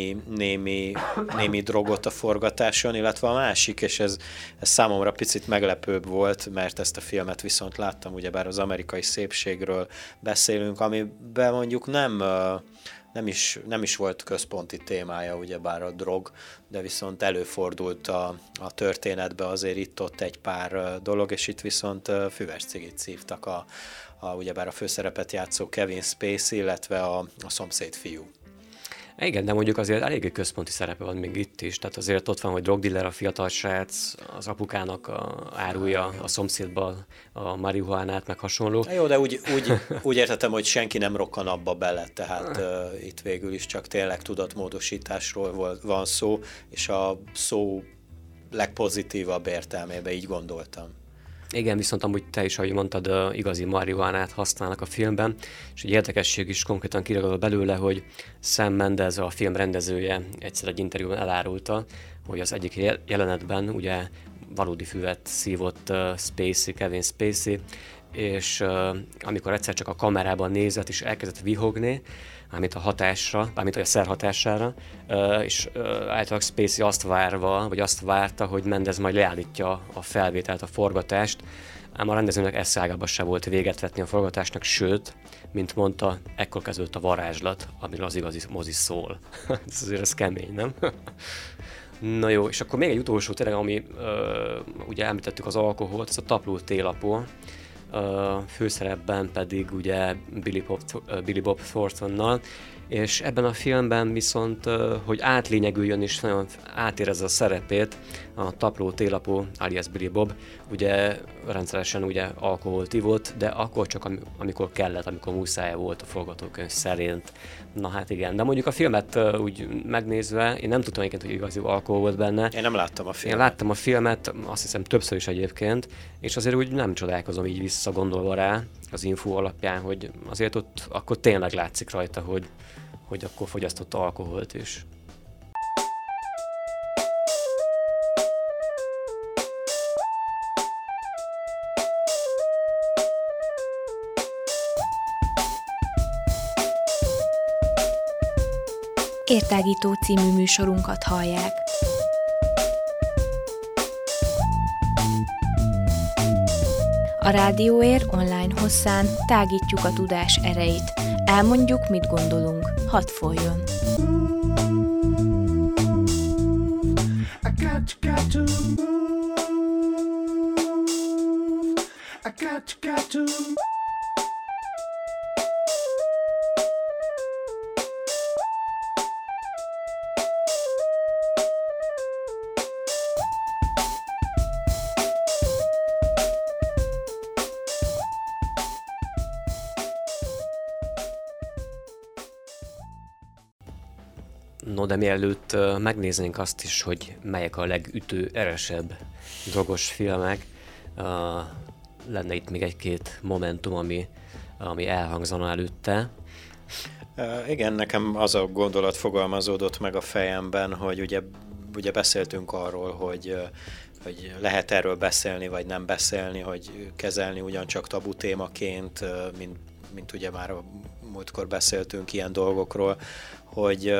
némi drogot a forgatáson, illetve a másik, és ez számomra picit meglepőbb volt, mert ezt a filmet viszont láttam, ugyebár az Amerikai Szépségről beszélünk, amiben mondjuk nem is volt központi témája, ugyebár a drog, de viszont előfordult a történetbe azért itt-ott egy pár dolog, és itt viszont füves cigit szívtak ugyebár a főszerepet játszó Kevin Spacey, illetve a szomszéd fiú. Igen, de mondjuk azért eléggé központi szerepe van még itt is. Tehát azért ott van, hogy drogdiller a fiatal srác, az apukának árulja a szomszédba a marihuánát, meg hasonló. Jó, de úgy értettem, hogy senki nem rokkan abba bele, tehát itt végül is csak tényleg tudatmódosításról van szó, és a szó legpozitívabb értelmében így gondoltam. Igen, viszont amúgy te is, ahogy mondtad, igazi marihuánát használnak a filmben, és egy érdekesség is konkrétan kiragad belőle, hogy Sam Mendes, a film rendezője egyszer egy interjúban elárulta, hogy az egyik jelenetben ugye valódi füvet szívott Kevin Spacey, és amikor egyszer csak a kamerában nézett és elkezdett vihogni, mármint a hatásra, mármint a szer hatására, és általában Spacey azt várta, hogy Mendes majd leállítja a felvételt, a forgatást, ám a rendezőnek eszágába se volt véget vetni a forgatásnak, sőt, mint mondta, ekkor kezdődött a varázslat, amiről az igazi mozi szól. Ez kemény, nem? Na jó, és akkor még egy utolsó tényleg, ami ugye említettük az alkoholt, ez a Tapló télapó, főszerepben pedig ugye Billy Bob Thorntonnal, és ebben a filmben viszont, hogy átlényegüljön és nagyon átérezze a szerepét, a Tapló télapó, alias Billy Bob, ugye rendszeresen ugye alkoholt ivott, de akkor csak amikor kellett, amikor muszáj volt a forgatókönyv szerint. Na hát igen, de mondjuk a filmet úgy megnézve, én nem tudtam egyébként, hogy igazi alkohol volt benne. Én nem láttam a filmet. Én láttam a filmet, azt hiszem többször is egyébként, és azért úgy nem csodálkozom így visszagondolva rá az infó alapján, hogy azért ott akkor tényleg látszik rajta, hogy akkor fogyasztott alkoholt is. Értágító című műsorunkat hallják. A Rádióér online hosszán tágítjuk a tudás erejét. Elmondjuk, mit gondolunk. Hadd folyjon! No, de mielőtt megnéznénk azt is, hogy melyek a legütő, eresebb drogos filmek, lenne itt még egy-két momentum, ami elhangzana előtte. Igen, nekem az a gondolat fogalmazódott meg a fejemben, hogy ugye beszéltünk arról, hogy lehet erről beszélni, vagy nem beszélni, hogy kezelni ugyancsak tabu témaként, mint ugye már a múltkor beszéltünk ilyen dolgokról, hogy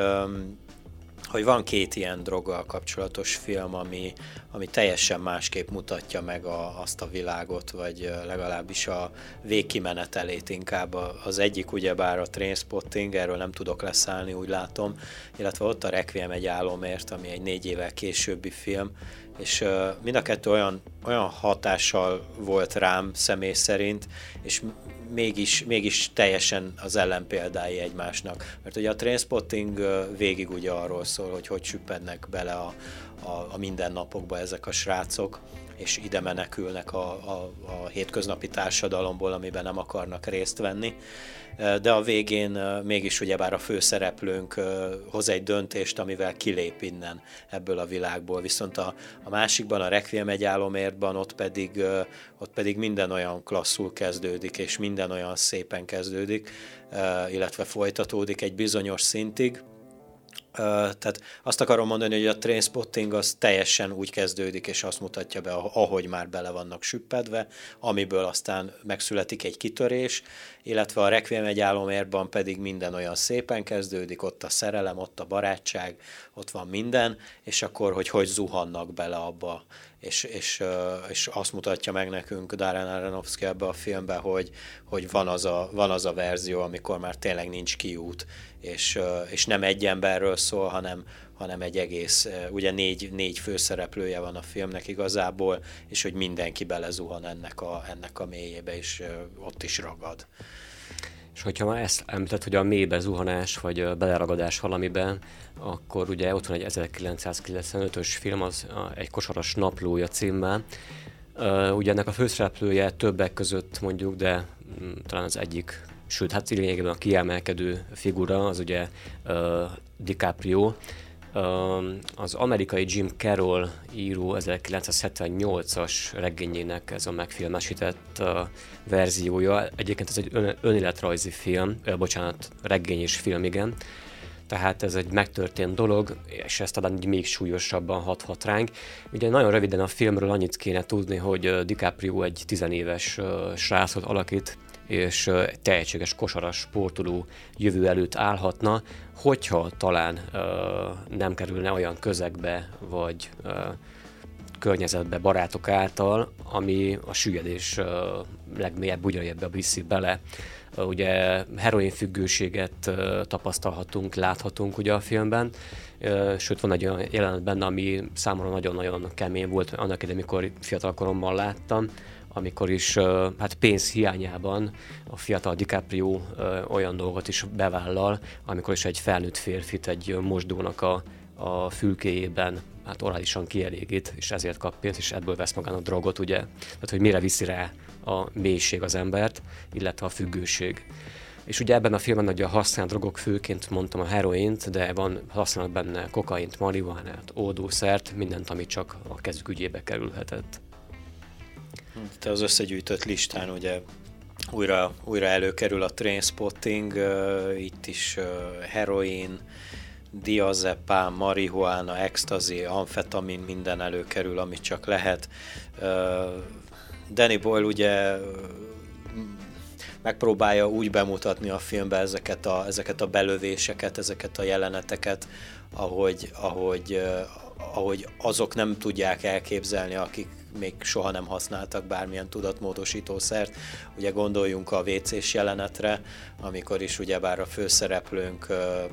van két ilyen droggal kapcsolatos film, ami teljesen másképp mutatja meg azt a világot, vagy legalábbis a végkimenetelét inkább. Az egyik ugyebár a Trainspotting, erről nem tudok leszállni, úgy látom, illetve ott a Requiem egy álomért, ami egy 4 évvel későbbi film, és mind a kettő olyan hatással volt rám személy szerint, és mégis teljesen az ellenpéldái egymásnak. Mert ugye a Trainspotting végig ugye arról szól, hogy süppednek bele a mindennapokba ezek a srácok, és ide menekülnek a hétköznapi társadalomból, amiben nem akarnak részt venni. De a végén mégis ugyebár a főszereplőnk hoz egy döntést, amivel kilép innen ebből a világból. Viszont a másikban, a Requiem egy álomértban ott pedig minden olyan klasszul kezdődik, és minden olyan szépen kezdődik, illetve folytatódik egy bizonyos szintig. Tehát azt akarom mondani, hogy a Trainspotting az teljesen úgy kezdődik, és azt mutatja be, ahogy már bele vannak süppedve, amiből aztán megszületik egy kitörés, illetve a Requiem egy álomértban pedig minden olyan szépen kezdődik, ott a szerelem, ott a barátság, ott van minden, és akkor, hogy zuhannak bele abba, és azt mutatja meg nekünk Darren Aronofsky ebbe a filmbe, hogy van az a verzió, amikor már tényleg nincs kiút, és nem egy emberről szól, hanem egy egész, ugye négy főszereplője van a filmnek igazából, és hogy mindenki belezuhan ennek a mélyébe, és ott is ragad. És hogyha már ezt említett, hogy a mélybe zuhanás, vagy beleragadás valamiben, akkor ugye ott van egy 1995-ös film, az egy kosaras naplója címmel. Ugye ennek a főszereplője többek között mondjuk, de talán az egyik, sőt, hát lényegében a kiemelkedő figura, az ugye DiCaprio. Az amerikai Jim Carroll író 1978-as regényének ez a megfilmesített verziója. Egyébként ez egy önéletrajzi film, regény és film, igen. Tehát ez egy megtörtént dolog, és ez talán még súlyosabban hathat ránk. Ugye nagyon röviden a filmről annyit kéne tudni, hogy DiCaprio egy 10 éves srácot alakít, és tehetséges kosaras sportoló jövő előtt állhatna, hogyha talán nem kerülne olyan közegbe, vagy környezetbe barátok által, ami a süllyedés legmélyebb bugyraiba viszi bele. Ugye heroinfüggőséget tapasztalhatunk, láthatunk ugye a filmben, sőt van egy olyan jelenet benne, ami számomra nagyon-nagyon kemény volt, annak idején, amikor fiatal koromban láttam, amikor is hát pénz hiányában a fiatal DiCaprio olyan dolgot is bevállal, amikor is egy felnőtt férfit egy mosdónak a fülkéjében hát orálisan kielégít, és ezért kap pénzt, és ebből vesz magának drogot, ugye? Tehát, hogy mire viszi rá a mélység az embert, illetve a függőség. És ugye ebben a filmben ugye használt drogok főként mondtam a heroint, de használnak benne kokaint, marihuánát, oldószert, mindent, ami csak a kezük ügyébe kerülhetett. Te az összegyűjtött listán ugye újra előkerül a Trainspotting, itt is heroin, diazepam, marihuána, ecstasy, amfetamin, minden előkerül, amit csak lehet. Danny Boyle ugye megpróbálja úgy bemutatni a filmbe ezeket a belövéseket, ezeket a jeleneteket, ahogy azok nem tudják elképzelni, akik még soha nem használtak bármilyen tudatmódosítószert. Ugye gondoljunk a WC-s jelenetre, amikor is ugyebár a főszereplőnk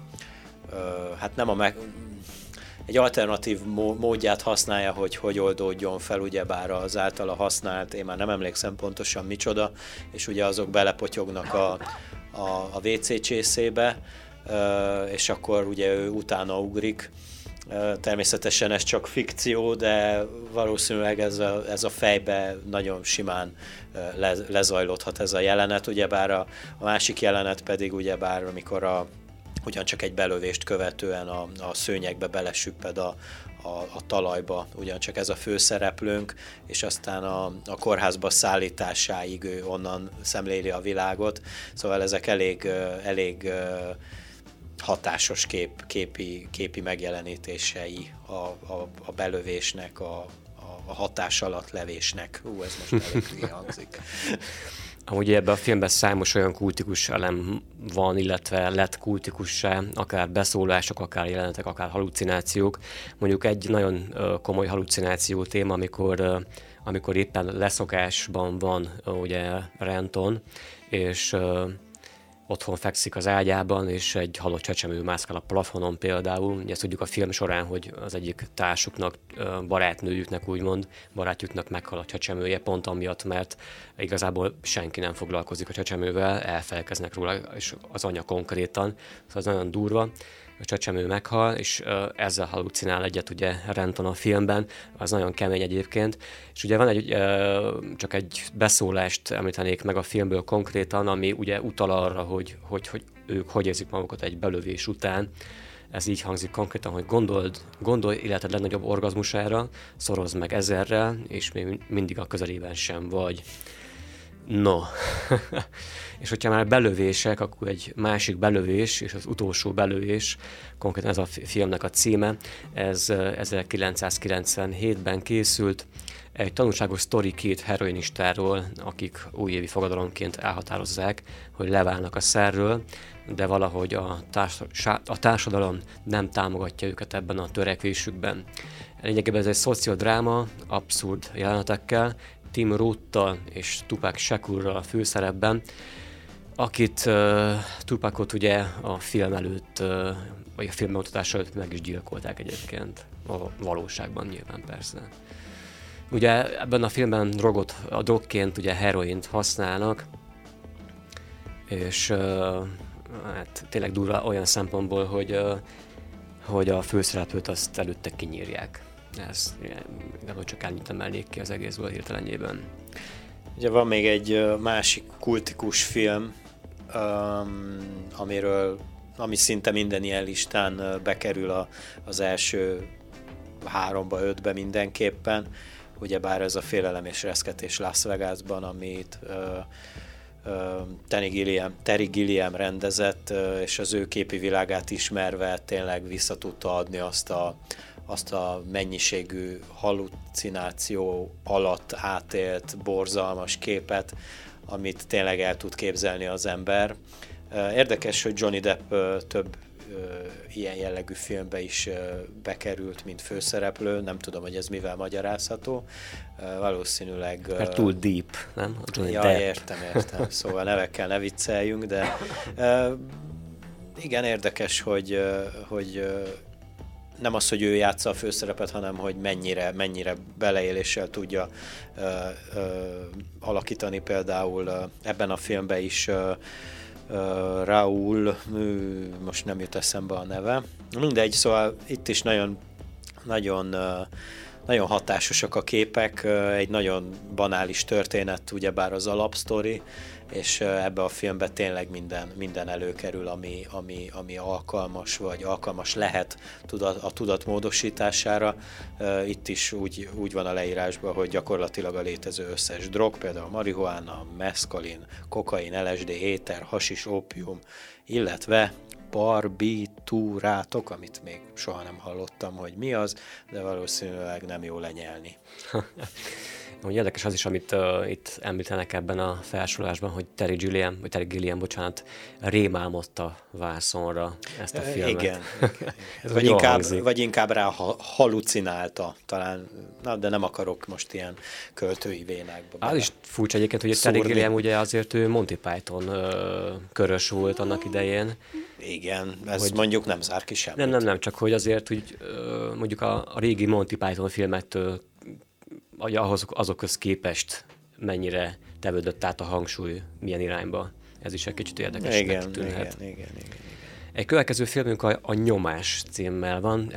hát nem egy alternatív módját használja, hogy oldódjon fel ugyebár az általa használt, én már nem emlékszem pontosan micsoda, és ugye azok belepotyognak a WC csészébe, és akkor ugye ő utána ugrik. Természetesen ez csak fikció, de valószínűleg ez a fejbe nagyon simán lezajlódhat ez a jelenet, ugyebár a másik jelenet pedig ugyebár amikor ugyancsak egy belövést követően a szőnyegbe belesüpped a talajba, ugyancsak ez a főszereplőnk, és aztán a kórházba szállításáig ő onnan szemléli a világot, szóval ezek elég hatásos képi megjelenítései a belövésnek, a hatás alatt levésnek. Ez most elég hülye hangzik. Amúgy ebben a filmben számos olyan kultikus elem van, illetve lett kultikussá, akár beszólások, akár jelenetek, akár hallucinációk. Mondjuk egy nagyon komoly hallucináció téma, amikor éppen leszokásban van ugye Renton, és otthon fekszik az ágyában, és egy halott csecsemő mászkál a plafonon például. Ugye ezt tudjuk a film során, hogy az egyik társuknak, barátnőjüknek úgymond, barátjuknak meghal a csecsemője, pont amiatt, mert igazából senki nem foglalkozik a csecsemővel, elfelelkeznek róla, és az anya konkrétan, szóval az nagyon durva. A csecsemő meghal, és ezzel hallucinál egyet ugye Renton a filmben, az nagyon kemény egyébként. És ugye van csak egy beszólást említenék meg a filmből konkrétan, ami ugye utal arra, hogy ők hogy érzik magukat egy belövés után. Ez így hangzik konkrétan, hogy gondolj életed legnagyobb orgazmusára, szorozd meg 1000-rel, és még mindig a közelében sem vagy. No, és hogyha már belövések, akkor egy másik belövés, és az utolsó belövés, konkrétan ez a filmnek a címe, ez 1997-ben készült, egy tanulságos sztori két heroinistáról, akik újévi fogadalomként elhatározzák, hogy leválnak a szerről, de valahogy a társadalom nem támogatja őket ebben a törekvésükben. Lényegében ez egy szociodráma, abszurd jelenetekkel, Tim Roth-tal és Tupac Shakurral a főszerepben, akit Tupacot ugye a film előtt, vagy a film bemutatása előtt meg is gyilkolták egyébként, a valóságban nyilván persze. Ugye ebben a filmben drogként ugye heroint használnak, és hát tényleg durva olyan szempontból, hogy a főszereplőt azt előtte kinyírják. Ez igazából csak ennyit emelnék ki az egészből hirtelenjében. Ugye van még egy másik kultikus film, ami szinte minden ilyen listán bekerül az első 3-ba, 5-be mindenképpen. Ugyebár ez a Félelem és reszketés Las Vegasban, amit Terry Gilliam rendezett, és az ő képi világát ismerve tényleg vissza tudta adni azt a mennyiségű hallucináció alatt átélt borzalmas képet, amit tényleg el tud képzelni az ember. Érdekes, hogy Johnny Depp több ilyen jellegű filmbe is bekerült, mint főszereplő. Nem tudom, hogy ez mivel magyarázható. Valószínűleg... Mert túl deep, nem? Johnny Depp. Értem. Szóval nevekkel ne vicceljünk, de igen, érdekes, hogy nem az, hogy ő játsza a főszerepet, hanem hogy mennyire beleéléssel tudja alakítani. Például ebben a filmben is Raúl, most nem jut eszembe a neve. Mindegy, szóval itt is nagyon hatásosak a képek, egy nagyon banális történet, ugyebár az alapsztori, és ebbe a filmben tényleg minden előkerül, ami alkalmas, vagy alkalmas lehet a tudat módosítására. Itt is úgy van a leírásban, hogy gyakorlatilag a létező összes drog, például marihuána, meszkalin, kokain, LSD, éter, hasis, ópium, illetve barbitúrátok, amit még soha nem hallottam, hogy mi az, de valószínűleg nem jó lenyelni. Érdekes az is, amit itt említenek ebben a felsorolásban, hogy Terry Gilliam, rémálmodta vászonra ezt a filmet. Igen. vagy inkább rá halucinálta talán, de nem akarok most ilyen költői vénákba. Az is furcsa egyébként, hogy Terry Gilliam ugye azért ő Monty Python körös volt annak idején. Igen, ez mondjuk nem zár ki semmit. Nem, csak hogy azért, hogy mondjuk a régi Monty Python filmektől azokhoz képest mennyire tevődött át a hangsúly, milyen irányba. Ez is egy kicsit érdekesnek tűnhet. Igen. Egy következő filmünk a Nyomás címmel van,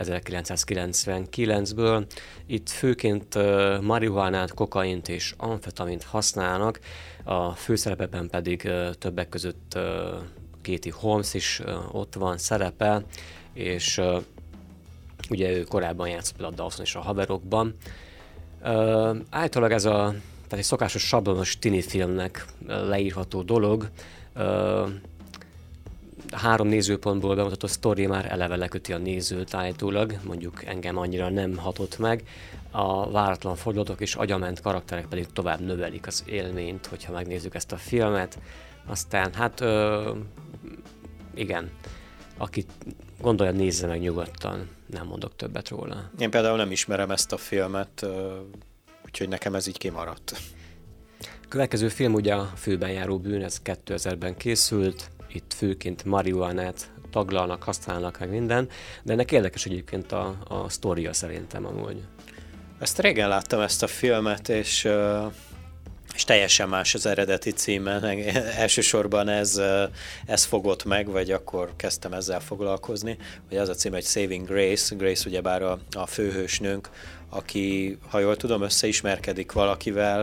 1999-ből. Itt főként marihuánát, kokaint és amfetamint használnak, a főszerepben pedig többek között Katie Holmes is ott van, szerepel, és ugye ő korábban játszott a Dawson és a Haverokban. Általában ez tehát egy szokásos sablonos tini filmnek leírható dolog. 3 nézőpontból bemutató sztori már eleve leköti a nézőt állítólag, mondjuk engem annyira nem hatott meg. A váratlan fordulatok és agyament karakterek pedig tovább növelik az élményt, hogyha megnézzük ezt a filmet. Aztán igen, aki gondolja, nézze meg nyugodtan, nem mondok többet róla. Én például nem ismerem ezt a filmet, úgyhogy nekem ez így kimaradt. Következő film ugye a Főben járó bűn, ez 2000-ben készült, itt főként marihuánát taglalnak, használnak meg minden, de ennek érdekes egyébként a sztoria szerintem amúgy. Ezt régen láttam ezt a filmet, és teljesen más az eredeti címen. Elsősorban ez fogott meg, vagy akkor kezdtem ezzel foglalkozni, hogy az a cím, hogy Saving Grace. Grace ugyebár a főhősnőnk, aki, ha jól tudom, összeismerkedik valakivel,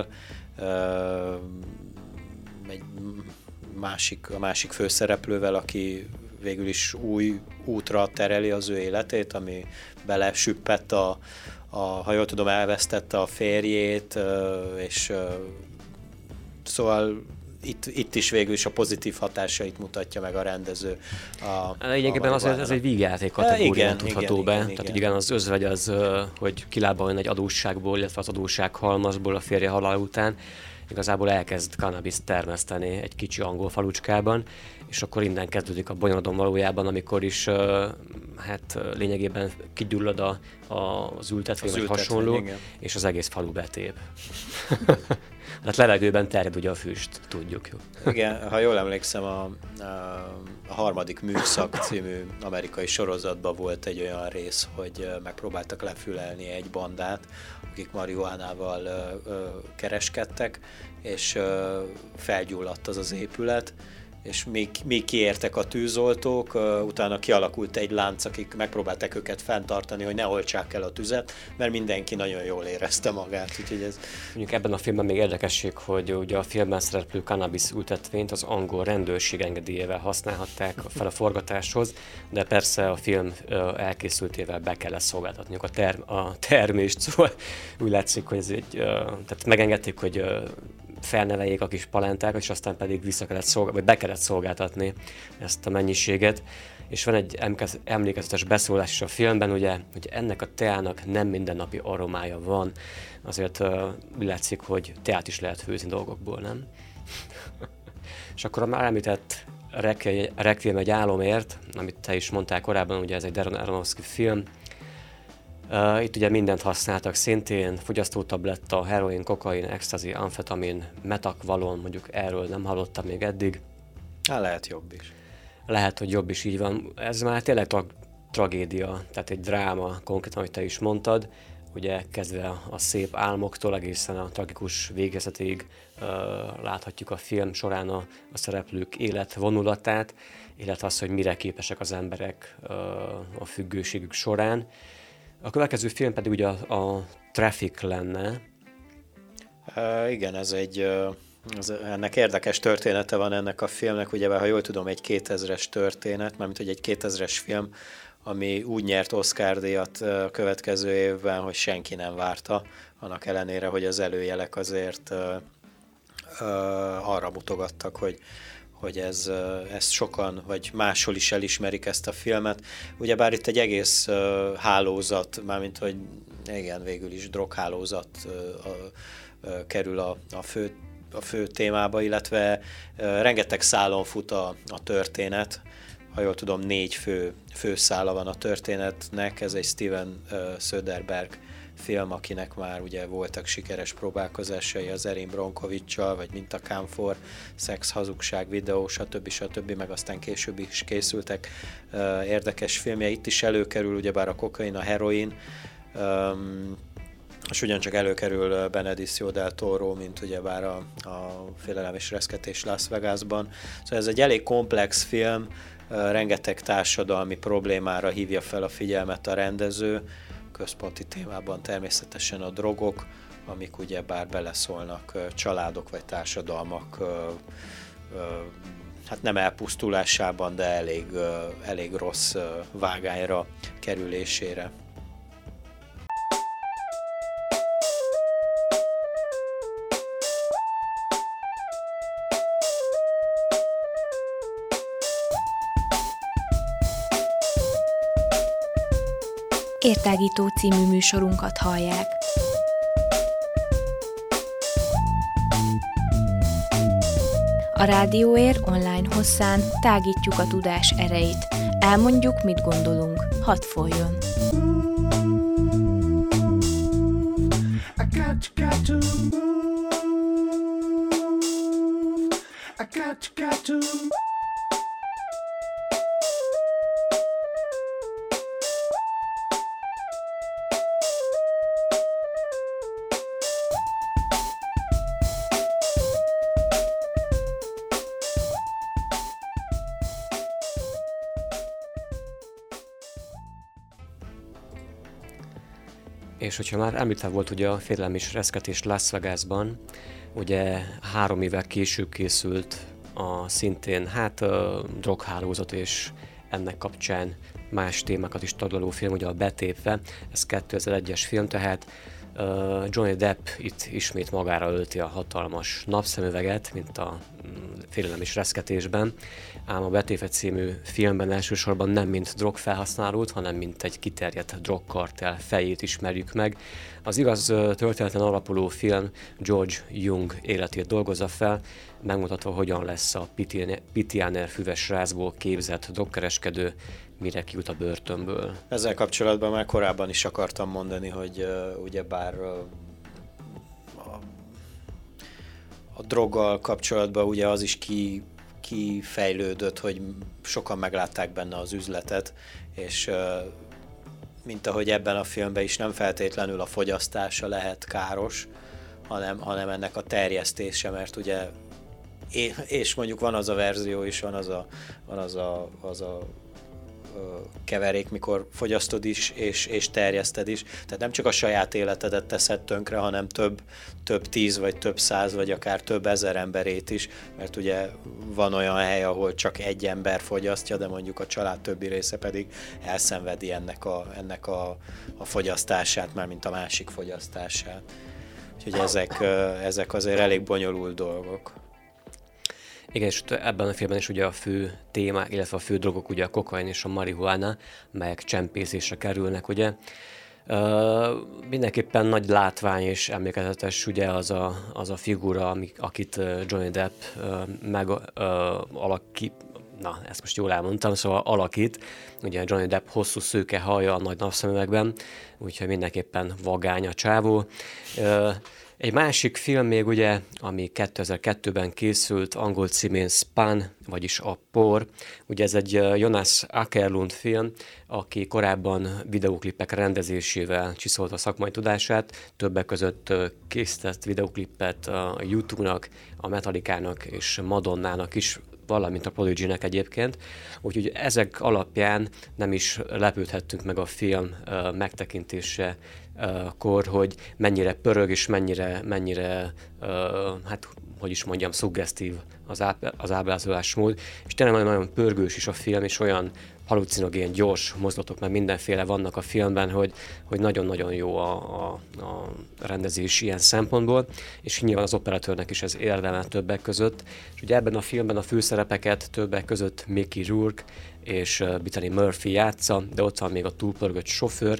a másik főszereplővel, aki végül is új útra tereli az ő életét, ami belesüppett ha jól tudom, elvesztette a férjét, és szóval itt is végül is a pozitív hatásait mutatja meg a rendező. Lényegében ez egy vígjáték kategórián tudható be. Igen. Tehát igen, az özvegy az, hogy kilábaljon egy adósságból, illetve az adósság halmazból a férje halál után. Igazából elkezd cannabis termeszteni egy kicsi angol falucskában, és akkor innen kezdődik a bonyolodom valójában, amikor is lényegében kigyullad az ültetvény, vagy hasonló, igen. És az egész falu betép. Hát levegőben terjed ugye a füst, tudjuk. Igen, ha jól emlékszem, a Harmadik műszak című amerikai sorozatban volt egy olyan rész, hogy megpróbáltak lefülelni egy bandát, akik marihuánával kereskedtek, és felgyulladt az épület, és még kiértek a tűzoltók, utána kialakult egy lánc, akik megpróbálták őket fenntartani, hogy ne oltsák el a tüzet, mert mindenki nagyon jól érezte magát. Úgyhogy ez... Mondjuk ebben a filmben még érdekesség, hogy ugye a filmben szereplő cannabis ültetvényt az angol rendőrség engedélyével használhatták fel a forgatáshoz, de persze a film elkészültével be kellett szolgáltatniuk a termést, szóval úgy látszik, hogy ez tehát megengedték, hogy felneveljék a kis palántákat, és aztán pedig vagy be kellett szolgáltatni ezt a mennyiséget. És van egy emlékezetes beszólás is a filmben, ugye, hogy ennek a teának nem mindennapi aromája van. Azért úgy látszik, hogy teát is lehet főzni dolgokból, nem? És akkor a már említett Requiem egy álomért, amit te is mondtál korábban, ugye ez egy Darren Aronofsky film. Itt ugye mindent használtak szintén, fogyasztótabletta, heroin, kokain, ecstasy, amfetamin, metakvalon, mondjuk erről nem hallottam még eddig. Lehet jobb is. Lehet, hogy jobb is, így van. Ez már tényleg tragédia, tehát egy dráma, konkrétan, ahogy te is mondtad, ugye kezdve a szép álmoktól egészen a tragikus végezetig láthatjuk a film során a szereplők életvonulatát, illetve az, hogy mire képesek az emberek a függőségük során. A következő film pedig ugye a Traffic lenne. Igen, ennek érdekes története van ennek a filmnek, ugye, ha jól tudom, egy 2000-es történet, mármint hogy egy 2000-es film, ami úgy nyert Oscar-díjat a következő évben, hogy senki nem várta, annak ellenére, hogy az előjelek azért arra mutogattak, hogy ezt sokan, vagy máshol is elismerik ezt a filmet. Ugyebár itt egy egész hálózat, mármint hogy igen, végül is droghálózat kerül a fő témába, illetve rengeteg szálon fut a történet. Ha jól tudom, 4 főszála van a történetnek. Ez egy Steven Soderbergh film, akinek már ugye voltak sikeres próbálkozásai az Erin Brockovich-sal, vagy Mint a Kámfor, Szex, hazugság, videó, stb. Meg aztán később is készültek érdekes filmje. Itt is előkerül ugyebár a kokain, a heroin, és ugyancsak előkerül Benicio del Toro, mint ugyebár a Félelem és reszketés Las Vegasban. Szóval ez egy elég komplex film, rengeteg társadalmi problémára hívja fel a figyelmet a rendező, központi témában természetesen a drogok, amik ugyebár beleszólnak családok vagy társadalmak, hát nem elpusztulásában, de elég rossz vágányra kerülésére. Értágító című műsorunkat hallják. A Rádióér online hosszán tágítjuk a tudás erejét. Elmondjuk, mit gondolunk. Hadd folyjon! És hogyha már említve volt ugye a Félelem és reszketés Las Vegasban, ugye 3 évvel később készült a szintén droghálózat és ennek kapcsán más témákat is taglaló film, ugye a Betépve, ez 2001-es film, tehát Johnny Depp itt ismét magára ölti a hatalmas napszemüveget, mint a Félelem és reszketésben, ám a Betépve című filmben elsősorban nem mint drogfelhasználót, hanem mint egy kiterjedt drogkartel fejét ismerjük meg. Az igaz történeten alapuló film George Jung életét dolgozza fel, megmutatva, hogyan lesz a Pitiáner füves rázból képzett drogkereskedő, mire kijut a börtönből. Ezzel kapcsolatban már korábban is akartam mondani, hogy ugyebár a droggal kapcsolatban ugye az is kifejlődött, hogy sokan meglátták benne az üzletet, és mint ahogy ebben a filmben is nem feltétlenül a fogyasztása lehet káros, hanem ennek a terjesztése, mert ugye és mondjuk van az a verzió is, van az a keverék, mikor fogyasztod is, és terjeszted is. Tehát nem csak a saját életedet teszed tönkre, hanem több 10, vagy több 100, vagy akár több 1000 emberét is, mert ugye van olyan hely, ahol csak egy ember fogyasztja, de mondjuk a család többi része pedig elszenvedi ennek a fogyasztását, mármint a másik fogyasztását. Úgyhogy ezek azért elég bonyolult dolgok. Igen, és ebben a filmben is ugye a fő témák, illetve a fő drogok ugye a kokain és a marihuána, melyek csempészésre kerülnek, ugye. Mindenképpen nagy látvány és emlékezetes ugye az a figura, akit Johnny Depp ezt most jól elmondtam, szóval alakít, ugye Johnny Depp hosszú szőke haja a nagy napszemüvegben, úgyhogy mindenképpen vagány a csávó. Egy másik film még ugye, ami 2002-ben készült, angol címén Spun, vagyis a por. Ugye ez egy Jonas Åkerlund film, aki korábban videóklipek rendezésével csiszolta a szakmai tudását, többek között készített videóklipet a YouTube-nak, a Metallica-nak és Madonnának is, valamint a Prodigy-nek egyébként. Úgyhogy ezek alapján nem is lepődhettünk meg a film megtekintése kor, hogy mennyire pörög és mennyire szuggesztív az ábrázolásmód, és tényleg nagyon pörgős is a film, és olyan halucinogén, gyors mozdulatok, meg mindenféle vannak a filmben, hogy nagyon-nagyon jó a rendezés ilyen szempontból, és nyilván az operatőrnek is ez érdemel többek között. És ugye ebben a filmben a főszerepeket többek között Mickey Rourke és Brittany Murphy játsza, de ott van még a túlpörgött sofőr,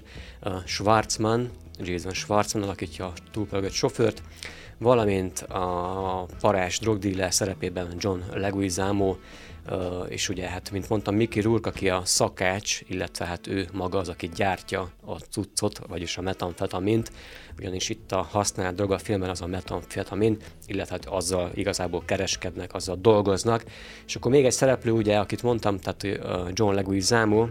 Jason Schwartzman alakítja a túlpörgött sofőrt, valamint a parázs drogdíler szerepében John Leguizamo, és ugye, hát, mint mondtam, Mickey Rourke, aki a szakács, illetve hát ő maga az, aki gyártja a cuccot, vagyis a metamfetamint, ugyanis itt a használt drog a filmben az a metamfetamin, illetve hát azzal igazából kereskednek, azzal dolgoznak. És akkor még egy szereplő, ugye, akit mondtam, tehát John Leguizamo,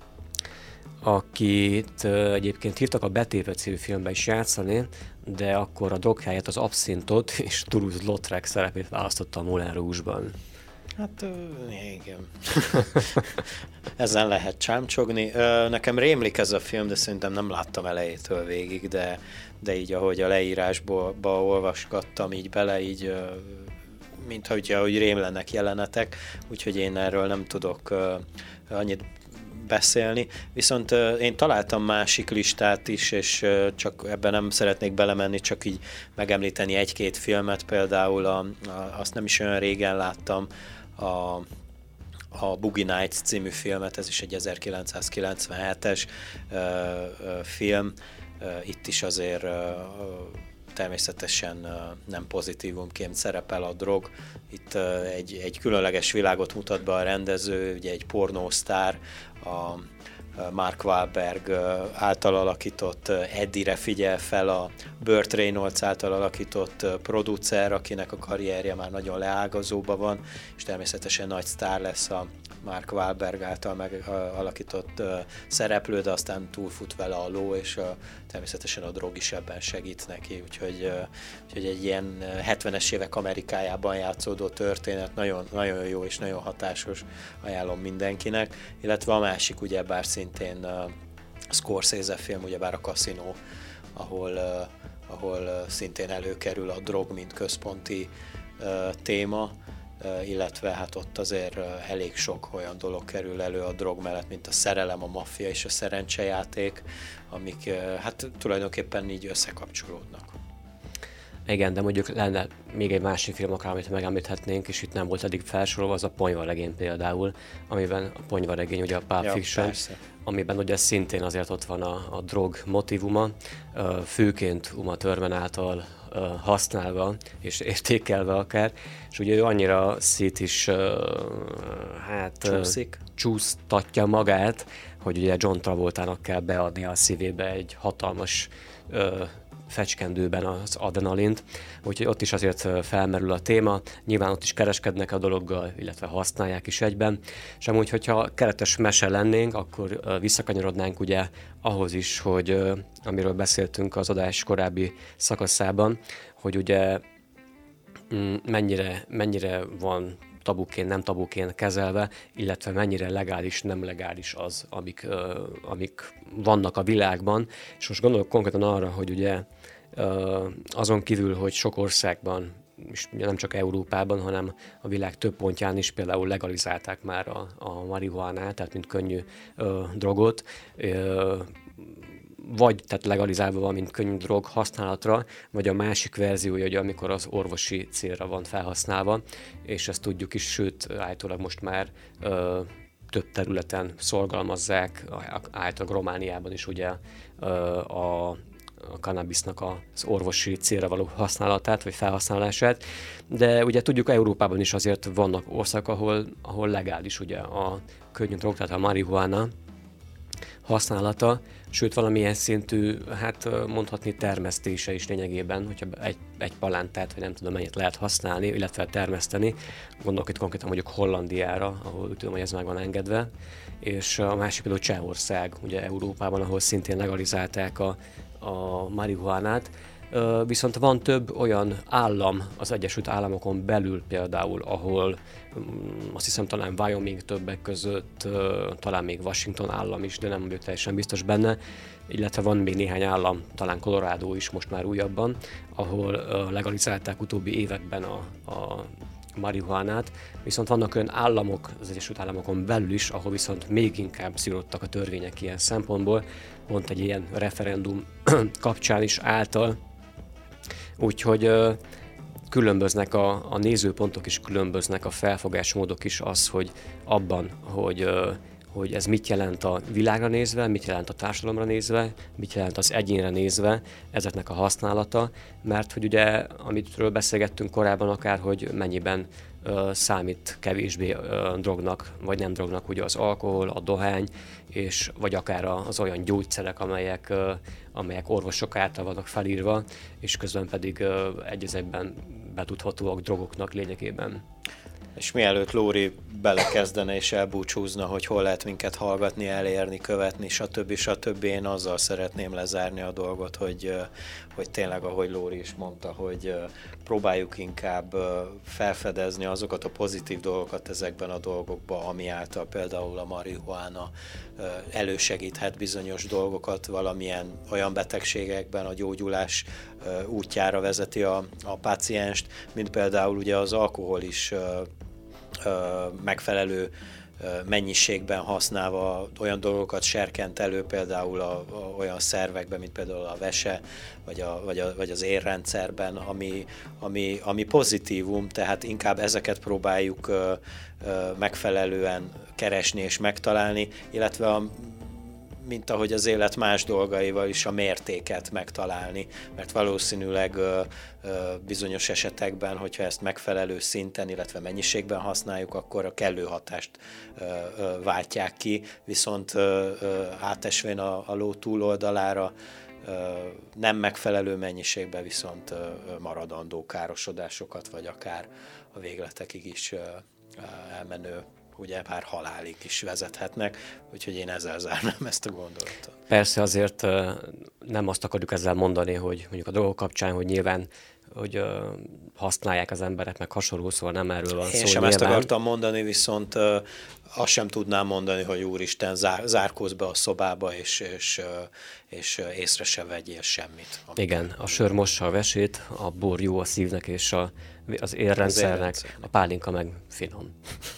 akit egyébként hívtak a Betéve című filmben is játszani, de akkor a drog helyett az abszintot és Toulouse-Lautrec szerepét választotta a Moulin Rouge-ban. Hát igen. Ezen lehet csámcsogni. Nekem rémlik ez a film, de szerintem nem láttam elejétől végig, de így ahogy a leírásba olvasgattam így bele, így mintha hogy rémlenek jelenetek, úgyhogy én erről nem tudok annyit beszélni. Viszont én találtam másik listát is, és csak ebben nem szeretnék belemenni, csak így megemlíteni egy-két filmet, például azt nem is olyan régen láttam, a Boogie Nights című filmet, ez is egy 1997-es film. Itt is azért természetesen nem pozitívumként szerepel a drog. Itt egy különleges világot mutat be a rendező, ugye egy pornósztár, a Mark Wahlberg által alakított Eddie-re figyel fel a Burt Reynolds által alakított producer, akinek a karrierje már nagyon leágazóban van, és természetesen nagy sztár lesz a Mark Wahlberg által megalakított szereplő, de aztán túlfut vele a ló, és természetesen a drog is ebben segít neki, úgyhogy egy ilyen 70-es évek Amerikájában játszódó történet, nagyon, nagyon jó és nagyon hatásos, ajánlom mindenkinek, illetve a másik ugyebár szintén Scorsese film, ugyebár a Casino, ahol szintén előkerül a drog, mint központi téma, illetve hát ott azért elég sok olyan dolog kerül elő a drog mellett, mint a szerelem, a maffia és a szerencsejáték, amik hát tulajdonképpen így összekapcsolódnak. Igen, de mondjuk lenne még egy másik film, akár amit megemlíthetnénk, és itt nem volt eddig felsorolva, az a Ponyvaregény például, amiben a Ponyvaregény, ugye a Pulp Fiction, persze, amiben ugye szintén azért ott van a drog motivuma, főként Uma Thurman által használva és értékelve akár, és ugye ő annyira szét is csúsztatja magát, hogy ugye John Travoltának kell beadni a szívébe egy hatalmas fecskendőben az adrenalint, úgyhogy ott is azért felmerül a téma, nyilván ott is kereskednek a dologgal, illetve használják is egyben, és amúgy, hogyha keretes mese lennénk, akkor visszakanyarodnánk ugye ahhoz is, hogy amiről beszéltünk az adás korábbi szakaszában, hogy ugye mennyire van tabuként, nem tabuként kezelve, illetve mennyire legális, nem legális az, amik vannak a világban. És most gondolok konkrétan arra, hogy ugye azon kívül, hogy sok országban, és nem csak Európában, hanem a világ több pontján is például legalizálták már a marihuánát, tehát mint könnyű drogot, vagy tehát legalizálva van, mint könnyű drog használatra, vagy a másik verziója, hogy amikor az orvosi célra van felhasználva, és ezt tudjuk is, sőt, állítólag most már több területen szorgalmazzák, általában Romániában is ugye a kannabisznak az orvosi célra való használatát, vagy felhasználását, de ugye tudjuk, Európában is azért vannak országok, ahol legális ugye a könnyű drog, tehát a marihuána használata, sőt valamilyen szintű, hát mondhatni termesztése is lényegében, hogyha egy palántát, vagy nem tudom mennyit lehet használni, illetve termeszteni. Gondolok itt konkrétan mondjuk Hollandiára, ahol tudom, hogy ez meg van engedve, és a másik például Csehország, ugye Európában, ahol szintén legalizálták a marihuánát. Viszont van több olyan állam az Egyesült Államokon belül például, ahol azt hiszem talán Wyoming többek között, talán még Washington állam is, de nem vagyok teljesen biztos benne, illetve van még néhány állam, talán Colorado is most már újabban, ahol legalizálták utóbbi években a marihuánát, viszont vannak olyan államok az Egyesült Államokon belül is, ahol viszont még inkább szigorodtak a törvények ilyen szempontból, pont egy ilyen referendum kapcsán is által. Úgyhogy különböznek a nézőpontok is, különböznek a felfogásmódok is az, hogy abban, hogy ez mit jelent a világra nézve, mit jelent a társadalomra nézve, mit jelent az egyénre nézve ezeknek a használata, mert hogy ugye, amitről beszélgettünk korábban akár, hogy mennyiben számít kevésbé drognak, vagy nem drognak ugye az alkohol, a dohány, és vagy akár az olyan gyógyszerek, amelyek orvosok által vannak felírva, és közben pedig egy ezekben betudhatóak drogoknak lényegében. És mielőtt Lóri belekezdene és elbúcsúzna, hogy hol lehet minket hallgatni, elérni, követni, stb. Én azzal szeretném lezárni a dolgot, hogy tényleg, ahogy Lóri is mondta, hogy próbáljuk inkább felfedezni azokat a pozitív dolgokat ezekben a dolgokban, ami által például a marihuána elősegíthet bizonyos dolgokat, valamilyen olyan betegségekben a gyógyulás útjára vezeti a pácienst, mint például ugye az alkohol is megfelelő mennyiségben használva olyan dolgokat serkent elő, például olyan szervekben, mint például a vese, vagy az érrendszerben, ami pozitívum, tehát inkább ezeket próbáljuk megfelelően keresni és megtalálni, illetve mint ahogy az élet más dolgaival is a mértéket megtalálni, mert valószínűleg bizonyos esetekben, hogyha ezt megfelelő szinten, illetve mennyiségben használjuk, akkor a kellő hatást váltják ki, viszont átesvén a ló túloldalára nem megfelelő mennyiségben viszont maradandó károsodásokat, vagy akár a végletekig is elmenő, ugye már halálig is vezethetnek, úgyhogy én ezzel zárnám ezt a gondolatot. Persze azért nem azt akarjuk ezzel mondani, hogy mondjuk a dolgok kapcsán, hogy nyilván hogy használják az emberek, meg hasonló, szóval nem erről van szó. Én sem ezt akartam mondani, viszont azt sem tudnám mondani, hogy úristen, zárkózz be a szobába, és észre se vegyél semmit. Igen, a sör mossa a vesét, a bor jó a szívnek és az érrendszernek, a pálinka meg finom.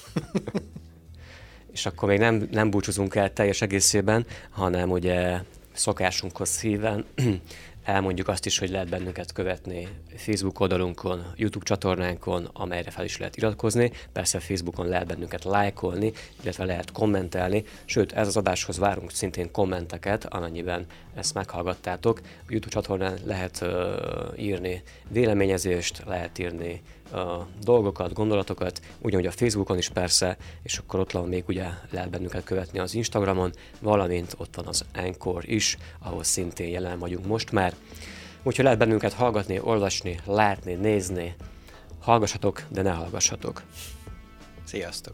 És akkor még nem búcsúzunk el teljes egészében, hanem ugye szokásunkhoz híven elmondjuk azt is, hogy lehet bennünket követni Facebook oldalunkon, YouTube csatornánkon, amelyre fel is lehet iratkozni. Persze Facebookon lehet bennünket lájkolni, illetve lehet kommentelni. Sőt, ez az adáshoz várunk szintén kommenteket, amennyiben ezt meghallgattátok. A YouTube csatornán lehet írni véleményezést, lehet írni dolgokat, gondolatokat, ugyanúgy a Facebookon is persze, és akkor ott van még ugye lehet bennünket követni az Instagramon, valamint ott van az Anchor is, ahol szintén jelen vagyunk most már. Úgyhogy lehet bennünket hallgatni, olvasni, látni, nézni. Hallgassatok, de ne hallgassatok. Sziasztok!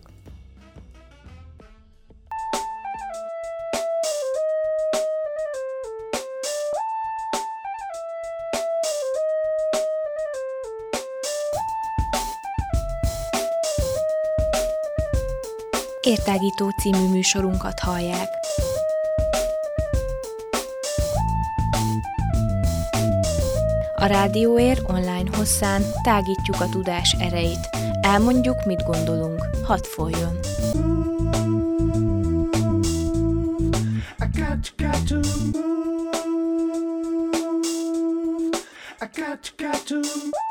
Értágító című műsorunkat hallják. A Rádióér online hosszán tágítjuk a tudás erejét. Elmondjuk, mit gondolunk. Hadd folyjon! I got to